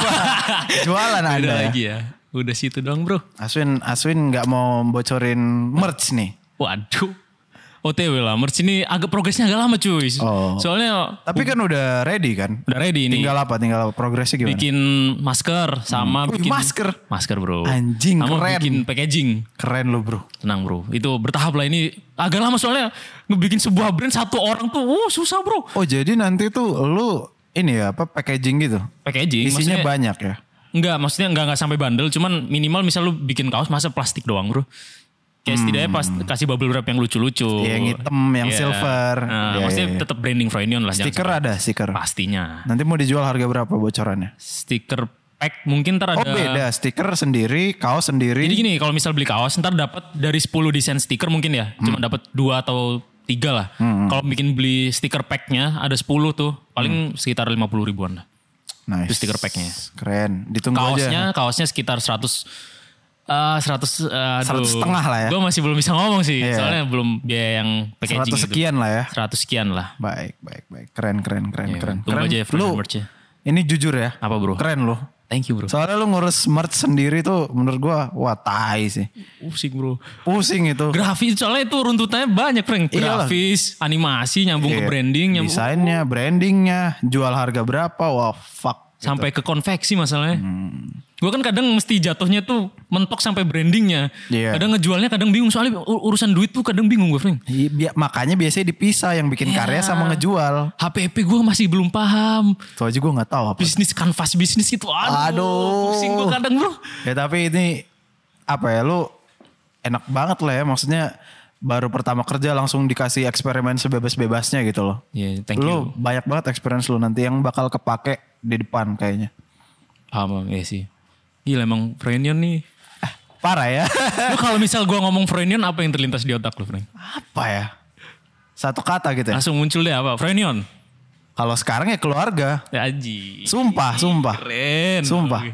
Jualan Udah Anda ya. lagi ya. Udah situ dong bro. Aswin, Aswin nggak mau bocorin merch nih. Waduh. O T W lah. Merch ini agak progresnya agak lama cuy. Oh. Soalnya Tapi kan udah ready kan? udah ready nih. Tinggal apa? Tinggal progresnya gimana? Bikin masker sama Wih, bikin masker? Masker bro. Anjing, sama keren. bikin packaging. Keren lo bro. Tenang bro. Itu bertahap lah ini. Agak lama soalnya ngebikin sebuah brand satu orang tuh. Oh susah bro. Oh jadi nanti tuh lu ini ya apa packaging gitu? Packaging. Isinya maksudnya- banyak ya? Enggak, maksudnya enggak, enggak sampai bandel. Cuman minimal misal lu bikin kaos masa plastik doang bro. Kayak setidaknya pas kasih bubble wrap yang lucu-lucu. Iya, yang hitam, yang Iya. silver. Nah, Iya, maksudnya iya, iya. tetap branding Froynion lah. jangan Stiker sampai- ada stiker. Pastinya. Nanti mau dijual harga berapa bocorannya? Stiker pack mungkin ntar ada. Oh beda, stiker sendiri, kaos sendiri. Jadi gini, kalau misal beli kaos ntar dapat dari sepuluh desain stiker mungkin ya. Cuma dapat dua atau tiga lah. Kalau bikin beli stiker packnya ada sepuluh tuh. Paling sekitar lima puluh ribuan lah. Nice. Itu stiker packnya. Keren, ditunggu Kaosnya, aja. kaosnya sekitar seratus. eh seratus, uh, Seratus setengah lah ya. Gue masih belum bisa ngomong sih. Iya. Soalnya belum biaya yang packaging Seratus gitu. sekian lah ya. Seratus sekian lah. Baik, baik, baik. Keren, keren, keren, Iya, keren. tunggu keren. aja ya Froynion Lu, merch-nya. ini jujur ya. Apa bro? Keren lu. Thank you bro. Soalnya lu ngurus merch sendiri tuh menurut gua wah tai sih. Pusing bro. Pusing itu. Grafis soalnya itu runtutannya banyak Frank. Iyalah. Grafis, animasi, nyambung ke Iya, branding. Nyambung, Desainnya, brandingnya, jual harga berapa, wah fuck. sampai ke konveksi masalahnya. Hmm. Gue kan kadang mesti jatuhnya tuh mentok sampai brandingnya. Iya. Kadang ngejualnya kadang bingung. Soalnya ur- urusan duit tuh kadang bingung gue Frank. Iya, bi- makanya biasanya dipisah yang bikin Iya. karya sama ngejual. H P P gue masih belum paham. Itu aja gue nggak tahu apa. Bisnis kanvas bisnis itu. Aduh. Aduh. Pusing gue kadang bro. Ya tapi ini apa ya lu enak banget lah ya maksudnya baru pertama kerja langsung dikasih eksperimen sebebas-bebasnya gitu loh. Iya, thank Lu you. banyak banget experience lu nanti yang bakal kepake di depan kayaknya. Paham, iya sih. Gila emang Froynion nih. Parah ya. Lu kalau misal gue ngomong Froynion apa yang terlintas di otak lu Frank? Apa ya? Satu kata gitu ya. Langsung muncul deh apa? Froynion. Kalau sekarang ya keluarga. Ya aji. Sumpah, sumpah. Keren. Sumpah.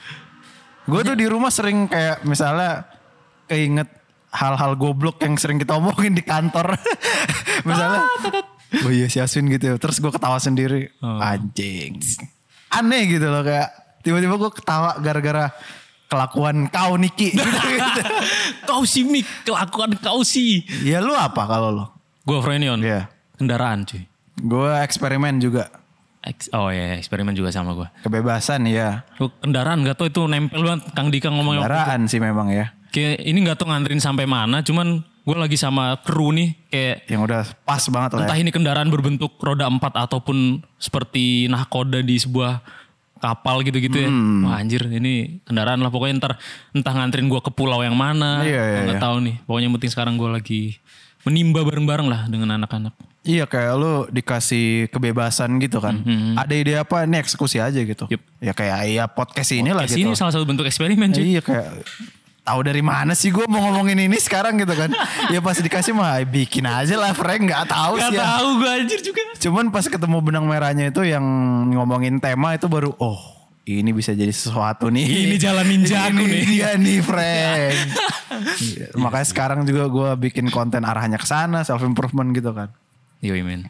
Gue tuh di rumah sering kayak misalnya keinget hal-hal goblok yang sering kita omongin di kantor. misalnya, oh iya si Aswin gitu ya. Terus gue ketawa sendiri. Oh. Anjing. Aneh gitu loh kayak tiba-tiba gue ketawa gara-gara kelakuan kau Niki. gitu. Kau sih Mik, kelakuan kau sih. Ya lu apa kalau lo? Gue Froynion. Iya. Kendaraan cuy. Gue eksperimen juga. Eks- Oh ya eksperimen juga sama gue. Kebebasan ya. Lu kendaraan gak tau itu nempel banget. Kang Dika ngomong. Kendaraan sih memang ya. Kayak ini gak tau nganterin sampai mana. Cuman gue lagi sama kru nih. Kayak Yang udah pas banget lah entah ya. ini kendaraan berbentuk roda empat ataupun seperti nahkoda di sebuah kapal gitu-gitu ya. Hmm. Wah anjir ini kendaraan lah pokoknya ntar entah nganterin gue ke pulau yang mana. Iya, iya, Gak iya. tahu nih. Pokoknya yang penting sekarang gue lagi menimba bareng-bareng lah dengan anak-anak. Iya kayak lu dikasih kebebasan gitu kan. Ada ide apa ini eksekusi aja gitu. Yup. Ya kayak ya podcast ini lah Kayak gitu. sini salah satu bentuk eksperimen Ya cuy. iya kayak tahu dari mana sih gue mau ngomongin ini sekarang gitu kan. Ya pas dikasih mah bikin aja lah Frank nggak tahu Gak sih ya. tahu gue anjir juga. Cuman pas ketemu benang merahnya itu yang ngomongin tema itu baru oh ini bisa jadi sesuatu nih. Ini jalan ninjaku Ini nih. dia nih Frank. Iya, makanya sekarang juga gue bikin konten arahnya ke sana self improvement gitu kan. Yoi men.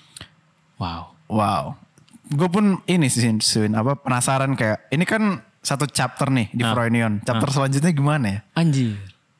Wow. Wow. Gue pun ini sih Swin, apa penasaran kayak ini kan satu chapter nih di Ah. Froynion. Chapter selanjutnya gimana ya? Anjir.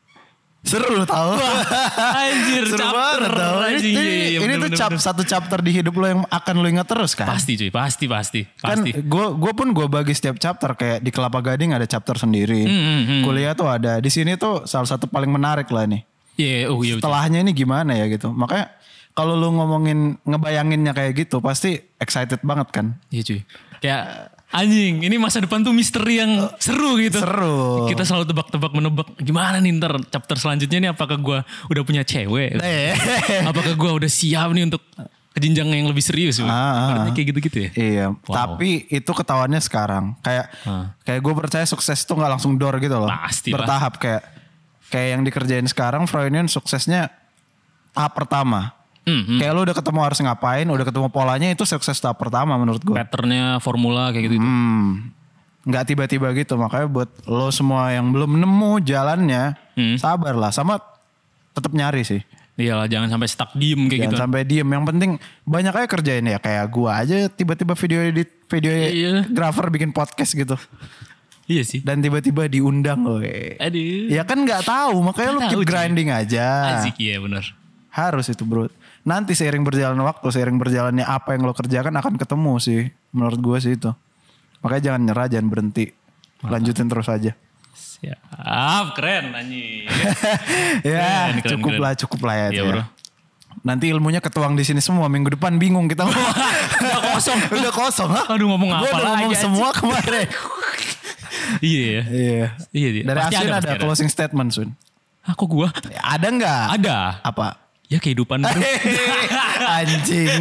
Seru lu tahu. Anjir Seru chapter. banget tau. Ini, Anjing, ini, iya, iya, ini bener, tuh bener, cap, bener. satu chapter di hidup lo yang akan lo ingat terus kan? Pasti cuy, pasti, pasti. Kan Pasti. gue gue pun gue bagi setiap chapter kayak di Kelapa Gading ada chapter sendiri. Hmm, hmm, hmm. Kuliah tuh ada. Di sini tuh salah satu paling menarik lah nih. Iya, oh iya. betul. Setelahnya ini gimana ya gitu. Makanya kalau lu ngomongin ngebayanginnya kayak gitu pasti excited banget kan? Iya cuy. Kayak anjing, ini masa depan tuh misteri yang seru gitu. Seru. Kita selalu tebak-tebak menebak gimana nih ntar chapter selanjutnya nih apakah gue udah punya cewek? Eh. Apakah gue udah siap nih untuk ke jenjang yang lebih serius? Ah, ah, Artinya ah. kayak gitu-gitu ya? Iya, Wow. tapi itu ketahuannya sekarang. Kayak Ah. kayak gue percaya sukses tuh nggak langsung door gitu loh. Pasti lah. Bertahap kayak kayak yang dikerjain sekarang Froynion suksesnya tahap pertama. Hmm, hmm. Kayak lu udah ketemu harus ngapain, udah ketemu polanya itu sukses tahap pertama menurut gue. Patternnya, formula kayak gitu-gitu. Hmm. nggak tiba-tiba gitu. Makanya buat lo semua yang belum nemu jalannya, Hmm. sabarlah, sama tetap nyari sih. Iyalah jangan sampai stuck diem kayak Jangan gitu. sampai diem. Yang penting banyak aja kerjain ya. Kayak gua aja tiba-tiba video edit, video Iya. grafer bikin podcast gitu. Iya sih. Dan tiba-tiba diundang we. Aduh. Ya kan nggak tahu, makanya lu Nggak keep tahu, Ci. grinding aja. Asik iya benar. Harus itu bro. Nanti seiring berjalan waktu, seiring berjalannya apa yang lo kerjakan akan ketemu sih. Menurut gue sih itu. Makanya jangan nyerah, jangan berhenti. Lanjutin terus aja. Siap, keren anjing. Ya Keren, keren, cukup keren. lah, cukup lah ya. Iya, itu ya. bro. Nanti ilmunya ketuang di sini semua. Minggu depan bingung kita. Udah kosong. Udah kosong. Hah? Aduh ngomong Gue apa udah lagi ngomong anjing. semua kemarin. Iya ya. Iya. Iya, iya. Dari Pasti Asin ada, ada, pasti ada. closing statement Sun. Aku gua Ada nggak? ada. Apa? Ya kehidupan bro. Anjing.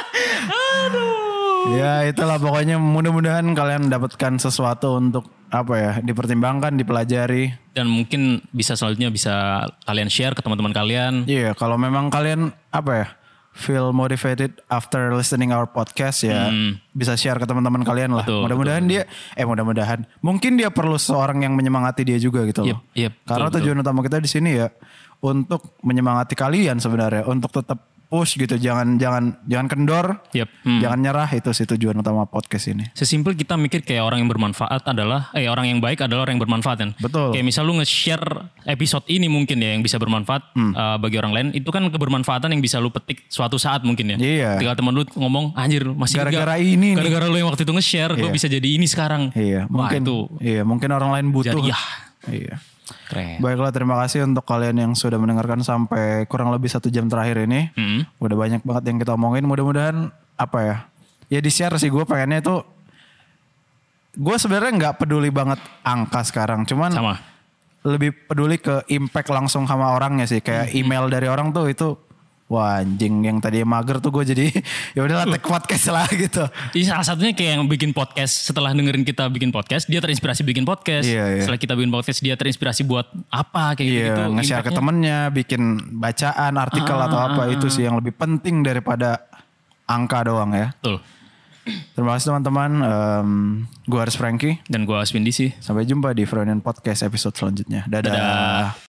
Ya itulah pokoknya, mudah-mudahan kalian dapatkan sesuatu untuk apa ya, dipertimbangkan, dipelajari. Dan mungkin bisa selanjutnya bisa kalian share ke teman-teman kalian. Iya, kalau memang kalian apa ya, feel motivated after listening our podcast ya, bisa share ke teman-teman kalian lah. Betul, Mudah-mudahan dia eh mudah-mudahan mungkin dia perlu seorang yang menyemangati dia juga gitu loh. Yep, yep, Karena betul, tujuan utama kita di sini ya untuk menyemangati kalian sebenarnya, untuk tetap push gitu, jangan jangan jangan kendor. Yep. Hmm. Jangan nyerah, itu sih tujuan utama podcast ini. Sesimpel kita mikir kayak orang yang bermanfaat adalah, eh orang yang baik adalah orang yang bermanfaat kan. Betul. Kayak misal lu nge-share episode ini mungkin ya yang bisa bermanfaat Hmm. uh, bagi orang lain. Itu kan kebermanfaatan yang bisa lu petik suatu saat mungkin ya. Iya. Ketika teman lu ngomong, anjir masih Gara-gara juga- ini nih." Gara-gara lu yang waktu itu nge-share, gue Iya. bisa jadi ini sekarang. Iya, Wah, mungkin itu iya, mungkin orang lain butuh. jariah. Iya. Keren. Baiklah, terima kasih untuk kalian yang sudah mendengarkan sampai kurang lebih satu jam terakhir ini. Hmm. Udah banyak banget yang kita omongin. Mudah-mudahan apa ya? Ya di share sih, gue pengennya itu. Gue sebenarnya nggak peduli banget angka sekarang, cuman Sama. lebih peduli ke impact langsung sama orangnya sih. Kayak email dari orang tuh itu, wah anjing, yang tadi mager tuh gue jadi ya udahlah take podcast lah gitu. Jadi salah satunya kayak yang bikin podcast, setelah dengerin kita bikin podcast, dia terinspirasi bikin podcast. Iya, iya. Setelah kita bikin podcast, dia terinspirasi buat apa kayak gitu. Iya, nge-share ke temennya, bikin bacaan, artikel Ah, atau apa, itu sih yang lebih penting daripada angka doang ya. Betul. Terima kasih teman-teman. Um, gue Haris Franky. Dan gue Aswindi sih. Sampai jumpa di Freudian Podcast episode selanjutnya. Dadah. Dadah.